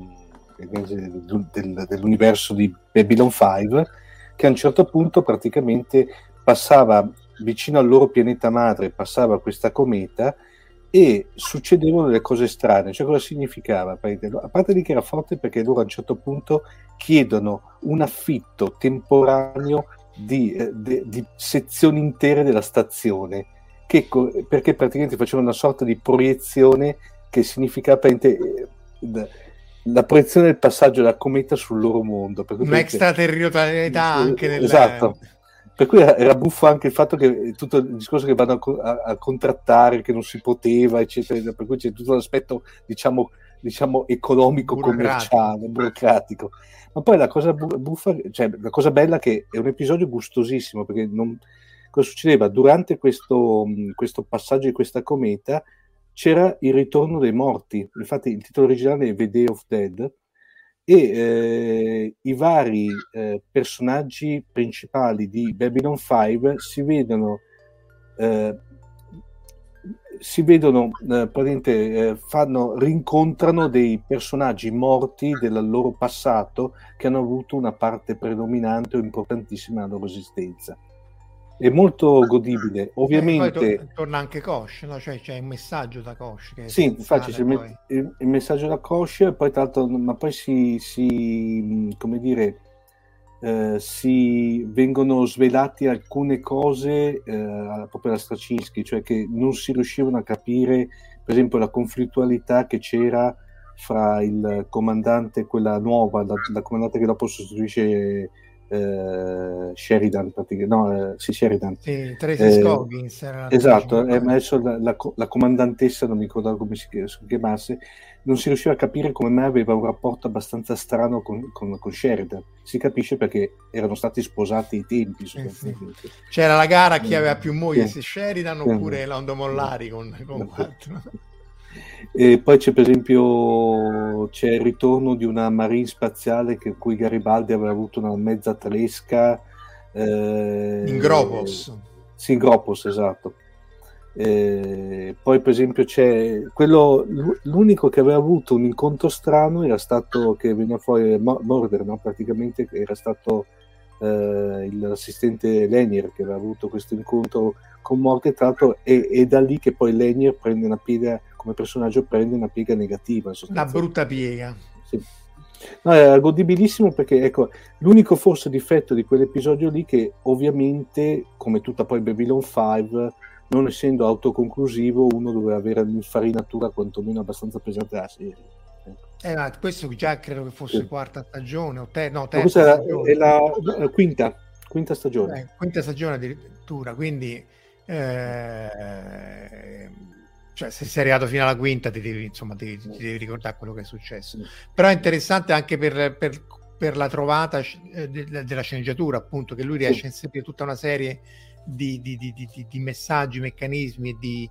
dell'universo di Babylon 5, che a un certo punto praticamente passava vicino al loro pianeta madre, passava questa cometa e succedevano delle cose strane. Cioè, cosa significava? A parte di che era forte, perché loro a un certo punto chiedono un affitto temporaneo di sezioni intere della stazione, perché praticamente facevano una sorta di proiezione che significava la proiezione del passaggio della cometa sul loro mondo. Un'extraterritorialità anche nel... Esatto. Per cui era buffo anche il fatto che tutto il discorso che vanno a contrattare, che non si poteva, eccetera, per cui c'è tutto l'aspetto, diciamo economico, commerciale, burocratico. Ma poi la cosa buffa, cioè la cosa bella, che è un episodio gustosissimo, perché cosa succedeva? Durante questo passaggio di questa cometa c'era il ritorno dei morti. Infatti il titolo originale è The Day of Dead, e i vari personaggi principali di Babylon 5 praticamente rincontrano dei personaggi morti del loro passato che hanno avuto una parte predominante o importantissima nella loro esistenza. È molto godibile, ovviamente. Poi torna anche Kosh, no? Cioè c'è un messaggio da Kosh che sì, infatti c'è il messaggio da Kosh, e poi tra l'altro, ma poi si vengono svelati alcune cose proprio da Straczynski, cioè che non si riuscivano a capire, per esempio la conflittualità che c'era fra il comandante, quella nuova, la comandante che dopo sostituisce Sheridan, Sheridan. Sì, Tracy Scoggins era esatto, ma adesso la comandantessa, non mi ricordo come si chiamasse, non si riusciva a capire come mai aveva un rapporto abbastanza strano con Sheridan. Si capisce perché erano stati sposati i tempi. Sì. C'era la gara chi aveva più mogli, se Sheridan oppure Lando Mollari con 4. E poi c'è, per esempio, il ritorno di una marine spaziale in cui Garibaldi aveva avuto una mezza tresca in Gropos. Sì, in Gropos, esatto. Poi per esempio c'è l'unico che aveva avuto un incontro strano, era stato, che veniva fuori Murder, no? Praticamente era stato l'assistente Lenier che aveva avuto questo incontro con Morte, tra l'altro è da lì che poi Lenier prende una piega, come personaggio prende una piega negativa, una brutta piega. Sì. No, era godibilissimo, perché ecco, l'unico forse difetto di quell'episodio lì, che ovviamente come tutta poi Babylon 5 non essendo autoconclusivo, uno doveva avere un'infarinatura quantomeno abbastanza pesante della serie. Ma questo già credo che fosse quarta stagione o terza stagione. È la quinta stagione. Quinta stagione addirittura, quindi cioè, se sei arrivato fino alla quinta ti devi ricordare quello che è successo. Però è interessante anche per la trovata della sceneggiatura, appunto, che lui riesce a inserire tutta una serie di messaggi, meccanismi e di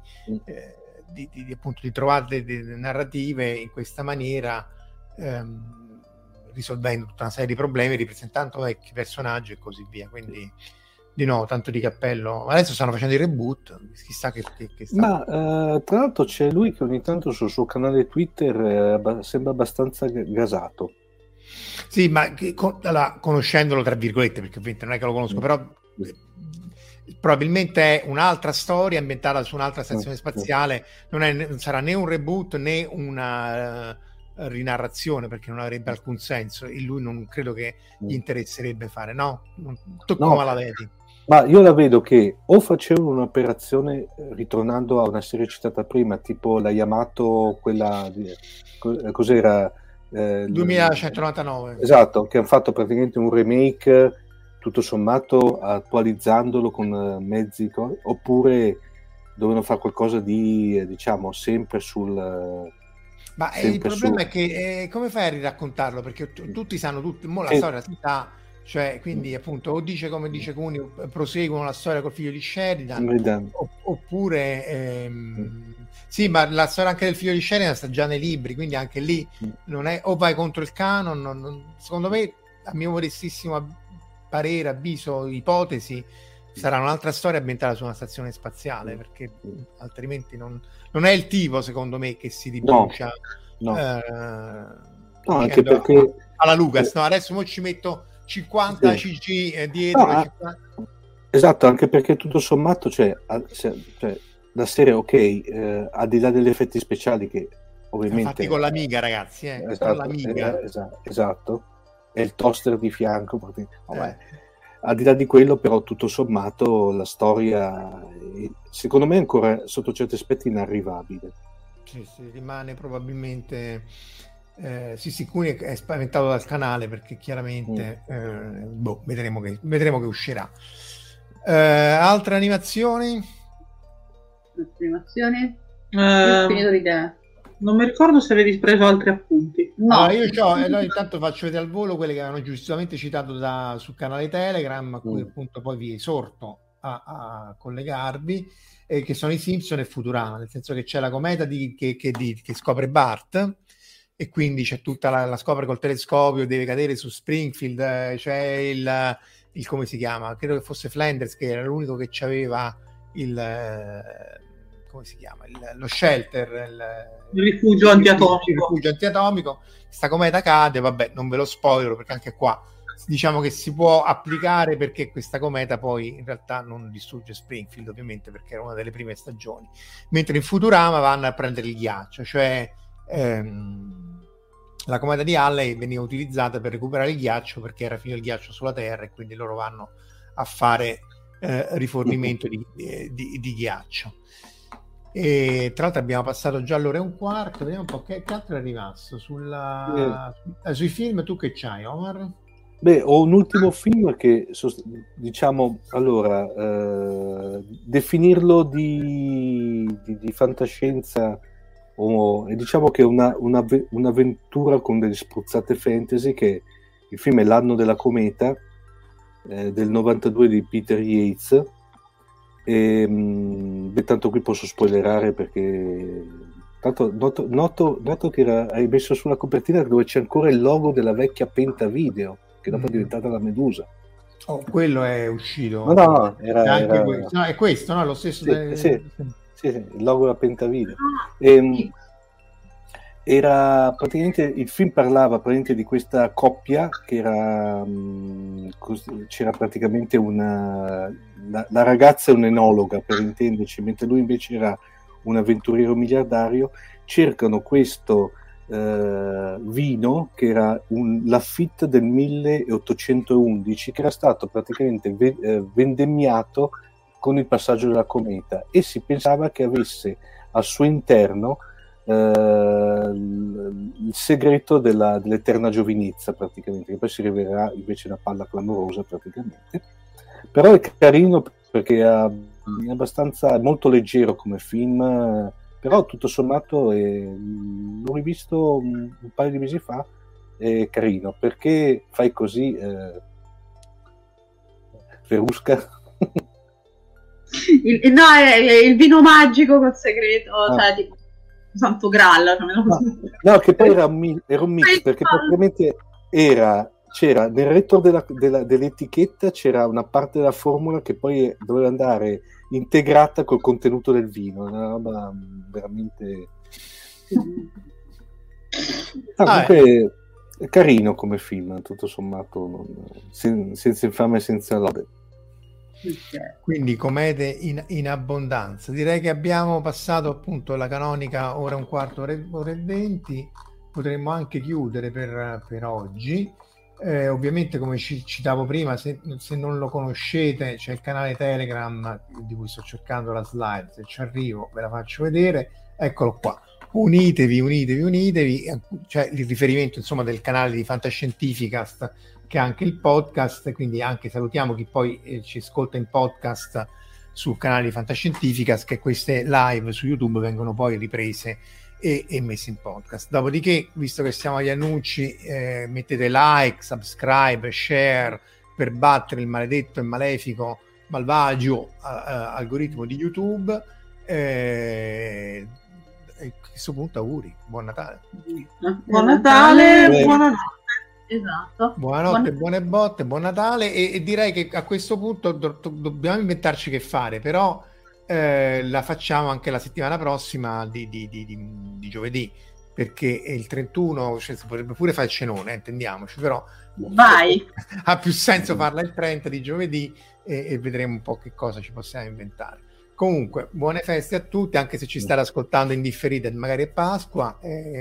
trovate narrative in questa maniera, risolvendo tutta una serie di problemi, ripresentando vecchi personaggi e così via. Quindi di nuovo tanto di cappello. Adesso stanno facendo il reboot, chissà che sta... Ma tra l'altro c'è lui che ogni tanto sul suo canale Twitter sembra abbastanza gasato. Sì, ma conoscendolo tra virgolette, perché ovviamente non è che lo conosco, però probabilmente è un'altra storia ambientata su un'altra stazione spaziale, non sarà né un reboot né una rinarrazione, perché non avrebbe alcun senso, e lui non credo che gli interesserebbe fare, no? Tu come la vedi? Ma io la vedo che o facevano un'operazione ritornando a una serie citata prima, tipo la Yamato, quella cos'era? 2199. Esatto, che hanno fatto praticamente un remake tutto sommato attualizzandolo con mezzi, oppure dovevano fare qualcosa di, diciamo, sempre sul... Ma il problema è che come fai a riraccontarlo? Perché tutti sanno, la storia si sa, cioè, quindi appunto o dice come dice Cuni, proseguono la storia col figlio di Sheridan, oppure sì, ma la storia anche del figlio di Sheridan sta già nei libri, quindi anche lì non è, o vai contro il canon, secondo me, a mio modestissimo parere, avviso, ipotesi, sarà un'altra storia ambientata su una stazione spaziale, perché altrimenti non è il tipo, secondo me, che si riproduce anche perché alla Lucas. No, adesso ci metto 50 CG dietro. No, esatto, anche perché tutto sommato, cioè, la serie, al di là degli effetti speciali che ovviamente fatti con l'Amiga, ragazzi, esatto, con l'Amiga. Esatto, e il toaster di fianco, al di là di quello, però, tutto sommato la storia secondo me è ancora sotto certi aspetti inarrivabile. Sì, rimane probabilmente Cuni è spaventato dal canale, perché chiaramente vedremo che uscirà. Altre animazioni? Ho finito l'idea. Non mi ricordo se avevi preso altri appunti. No, io intanto faccio vedere al volo quelle che avevano giustamente citato sul canale Telegram, a cui appunto poi vi esorto a collegarvi, che sono i Simpson e Futurama, nel senso che c'è la cometa che scopre Bart, e quindi c'è tutta la scopre col telescopio, deve cadere su Springfield, c'è il come si chiama, credo che fosse Flanders, che era l'unico che c'aveva come si chiama, lo shelter, il rifugio antiatomico. Sta cometa cade, vabbè, non ve lo spoiler, perché anche qua diciamo che si può applicare, perché questa cometa poi in realtà non distrugge Springfield, ovviamente, perché era una delle prime stagioni, mentre in Futurama vanno a prendere il ghiaccio, cioè la cometa di Halley veniva utilizzata per recuperare il ghiaccio, perché era finito il ghiaccio sulla Terra, e quindi loro vanno a fare rifornimento di ghiaccio. E tra l'altro abbiamo passato già l'ora e un quarto, vediamo un po' che altro è rimasto sui film. Tu che c'hai, Omar? Beh, ho un ultimo film che, diciamo, allora, definirlo di fantascienza, e diciamo che è un'avventura con delle spruzzate fantasy, che il film è L'anno della cometa, del 92 di Peter Yates. Tanto qui posso spoilerare, perché tanto noto che hai messo sulla copertina dove c'è ancora il logo della vecchia Penta Video, che dopo è diventata la Medusa. Quello è uscito. No, questo. No, è questo, no? Lo stesso. Sì, il logo della Penta Video. Era praticamente, il film parlava praticamente di questa coppia che c'era praticamente la ragazza è un'enologa, per intenderci, mentre lui invece era un avventuriero miliardario. Cercano questo vino che era un Lafite del 1811, che era stato praticamente vendemmiato con il passaggio della cometa, e si pensava che avesse al suo interno il segreto dell'eterna giovinezza, praticamente, che poi si rivelerà invece una palla clamorosa praticamente. Però è carino perché è molto leggero come film, però tutto sommato l'ho rivisto un paio di mesi fa, è carino. Perché fai così, Verusca? No, è il vino magico col segreto, cioè tipo Santo Graal. No, che poi era un mix, perché praticamente c'era nel retro dell'etichetta c'era una parte della formula che poi doveva andare integrata col contenuto del vino, una roba veramente comunque è carino come film, tutto sommato, senza infame e senza lode. Quindi commedie in abbondanza. Direi che abbiamo passato appunto la canonica ora e un quarto, ora e 20. Potremmo anche chiudere per oggi. Ovviamente, come citavo prima, se non lo conoscete, c'è il canale Telegram di cui sto cercando la slide. Se ci arrivo ve la faccio vedere. Eccolo qua. Unitevi. C'è il riferimento insomma del canale di Fantascientificast, che è anche il podcast, quindi anche salutiamo chi poi ci ascolta in podcast sul canale di Fantascientificast, che queste live su YouTube vengono poi riprese e messe in podcast. Dopodiché, visto che siamo agli annunci, mettete like, subscribe, share per battere il maledetto e malefico malvagio algoritmo di YouTube. A questo punto auguri, buon Natale. Buon Natale, buonanotte. Esatto. Buonanotte, buone botte, buon Natale, e direi che a questo punto dobbiamo inventarci che fare, però la facciamo anche la settimana prossima di giovedì, perché è il 31, cioè si potrebbe pure fare il cenone, intendiamoci, però vai. Ha più senso farla il 30 di giovedì e vedremo un po' che cosa ci possiamo inventare. Comunque, buone feste a tutti, anche se ci state ascoltando in differita, magari è Pasqua.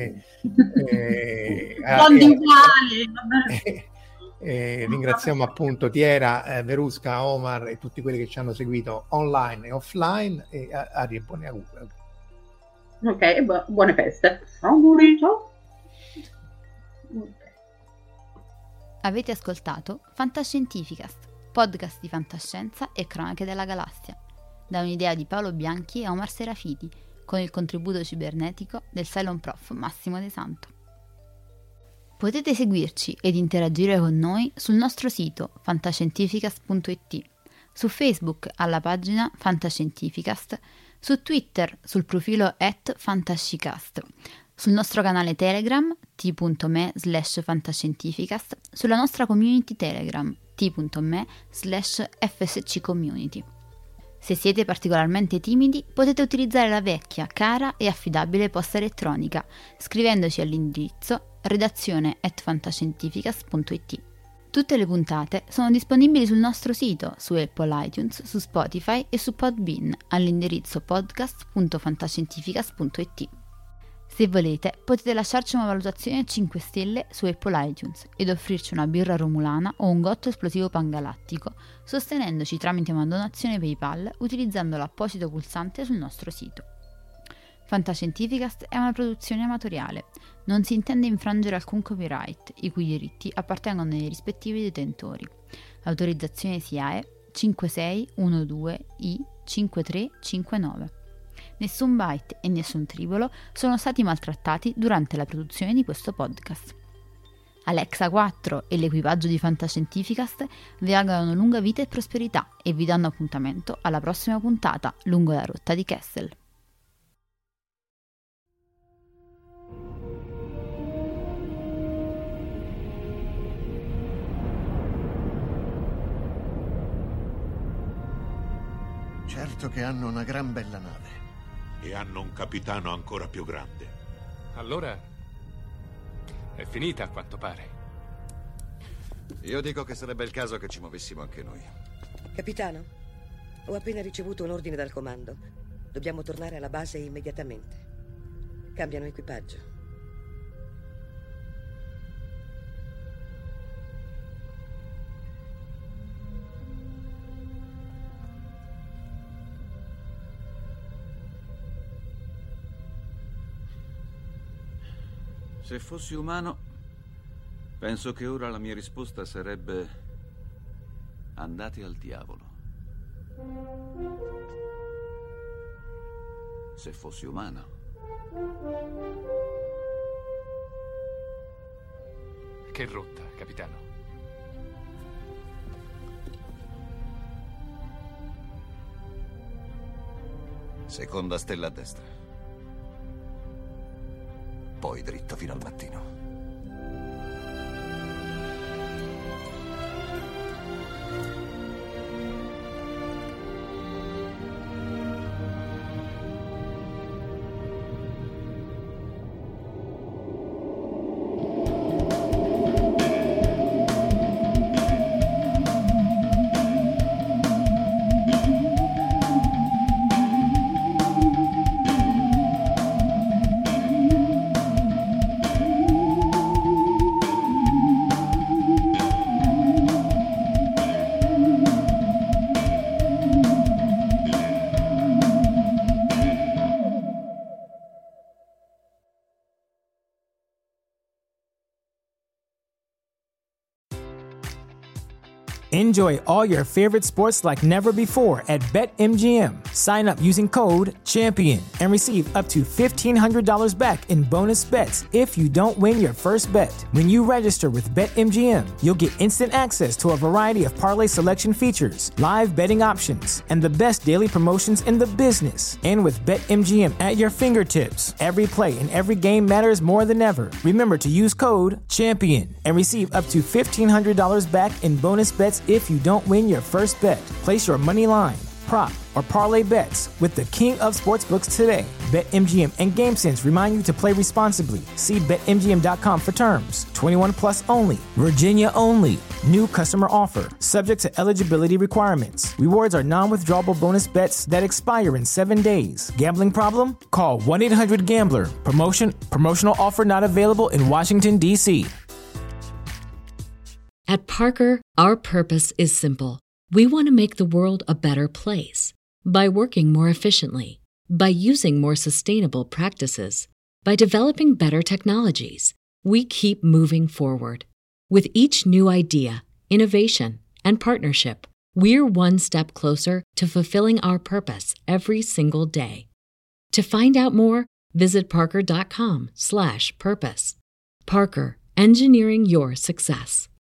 Ringraziamo appunto Tiera, Verusca, Omar e tutti quelli che ci hanno seguito online e offline, e Ari, buoni auguri. Ok, buone feste. Auguri, ciao. Avete ascoltato Fantascientificast, podcast di fantascienza e cronache della galassia, da un'idea di Paolo Bianchi e Omar Serafiti, con il contributo cibernetico del Cylon Prof Massimo De Santo. Potete seguirci ed interagire con noi sul nostro sito fantascientificast.it, su Facebook alla pagina Fantascientificast, su Twitter sul profilo @fantascicast, sul nostro canale Telegram t.me/fantascientificast, sulla nostra community Telegram t.me/fsccommunity. Se siete particolarmente timidi, potete utilizzare la vecchia, cara e affidabile posta elettronica, scrivendoci all'indirizzo redazione@fantascientificast.it. Tutte le puntate sono disponibili sul nostro sito, su Apple iTunes, su Spotify e su Podbean, all'indirizzo podcast.fantascientificast.it. Se volete, potete lasciarci una valutazione a 5 stelle su Apple iTunes ed offrirci una birra romulana o un gotto esplosivo pangalattico, sostenendoci tramite una donazione PayPal utilizzando l'apposito pulsante sul nostro sito. Fantascientificast è una produzione amatoriale, non si intende infrangere alcun copyright, i cui diritti appartengono ai rispettivi detentori. L'autorizzazione SIAE 5612I5359. Nessun byte e nessun tribolo sono stati maltrattati durante la produzione di questo podcast. Alexa 4 e l'equipaggio di Fantascientificast vi augurano lunga vita e prosperità e vi danno appuntamento alla prossima puntata lungo la rotta di Kessel. Certo che hanno una gran bella nave. E hanno un capitano ancora più grande. Allora è finita, a quanto pare. Io dico che sarebbe il caso che ci muovessimo anche noi. Capitano, ho appena ricevuto un ordine dal comando. Dobbiamo tornare alla base immediatamente. Cambiano equipaggio. Se fossi umano, penso che ora la mia risposta sarebbe: andate al diavolo. Se fossi umano. Che rotta, capitano. Seconda stella a destra. Poi dritto fino al mattino. Enjoy all your favorite sports like never before at BetMGM. Sign up using code CHAMPION and receive up to $1,500 back in bonus bets if you don't win your first bet. When you register with BetMGM, you'll get instant access to a variety of parlay selection features, live betting options, and the best daily promotions in the business. And with BetMGM at your fingertips, every play and every game matters more than ever. Remember to use code CHAMPION and receive up to $1,500 back in bonus bets if you don't win your first bet. Place your money line, prop, or parlay bets with the king of sportsbooks today. BetMGM and GameSense remind you to play responsibly. See BetMGM.com for terms. 21 plus only. Virginia only. New customer offer. Subject to eligibility requirements. Rewards are non-withdrawable bonus bets that expire in 7 days. Gambling problem? Call 1-800-GAMBLER. Promotional offer not available in Washington, D.C. At Parker, our purpose is simple. We want to make the world a better place by working more efficiently, by using more sustainable practices, by developing better technologies. We keep moving forward. With each new idea, innovation, and partnership, we're one step closer to fulfilling our purpose every single day. To find out more, visit parker.com/purpose. Parker, engineering your success.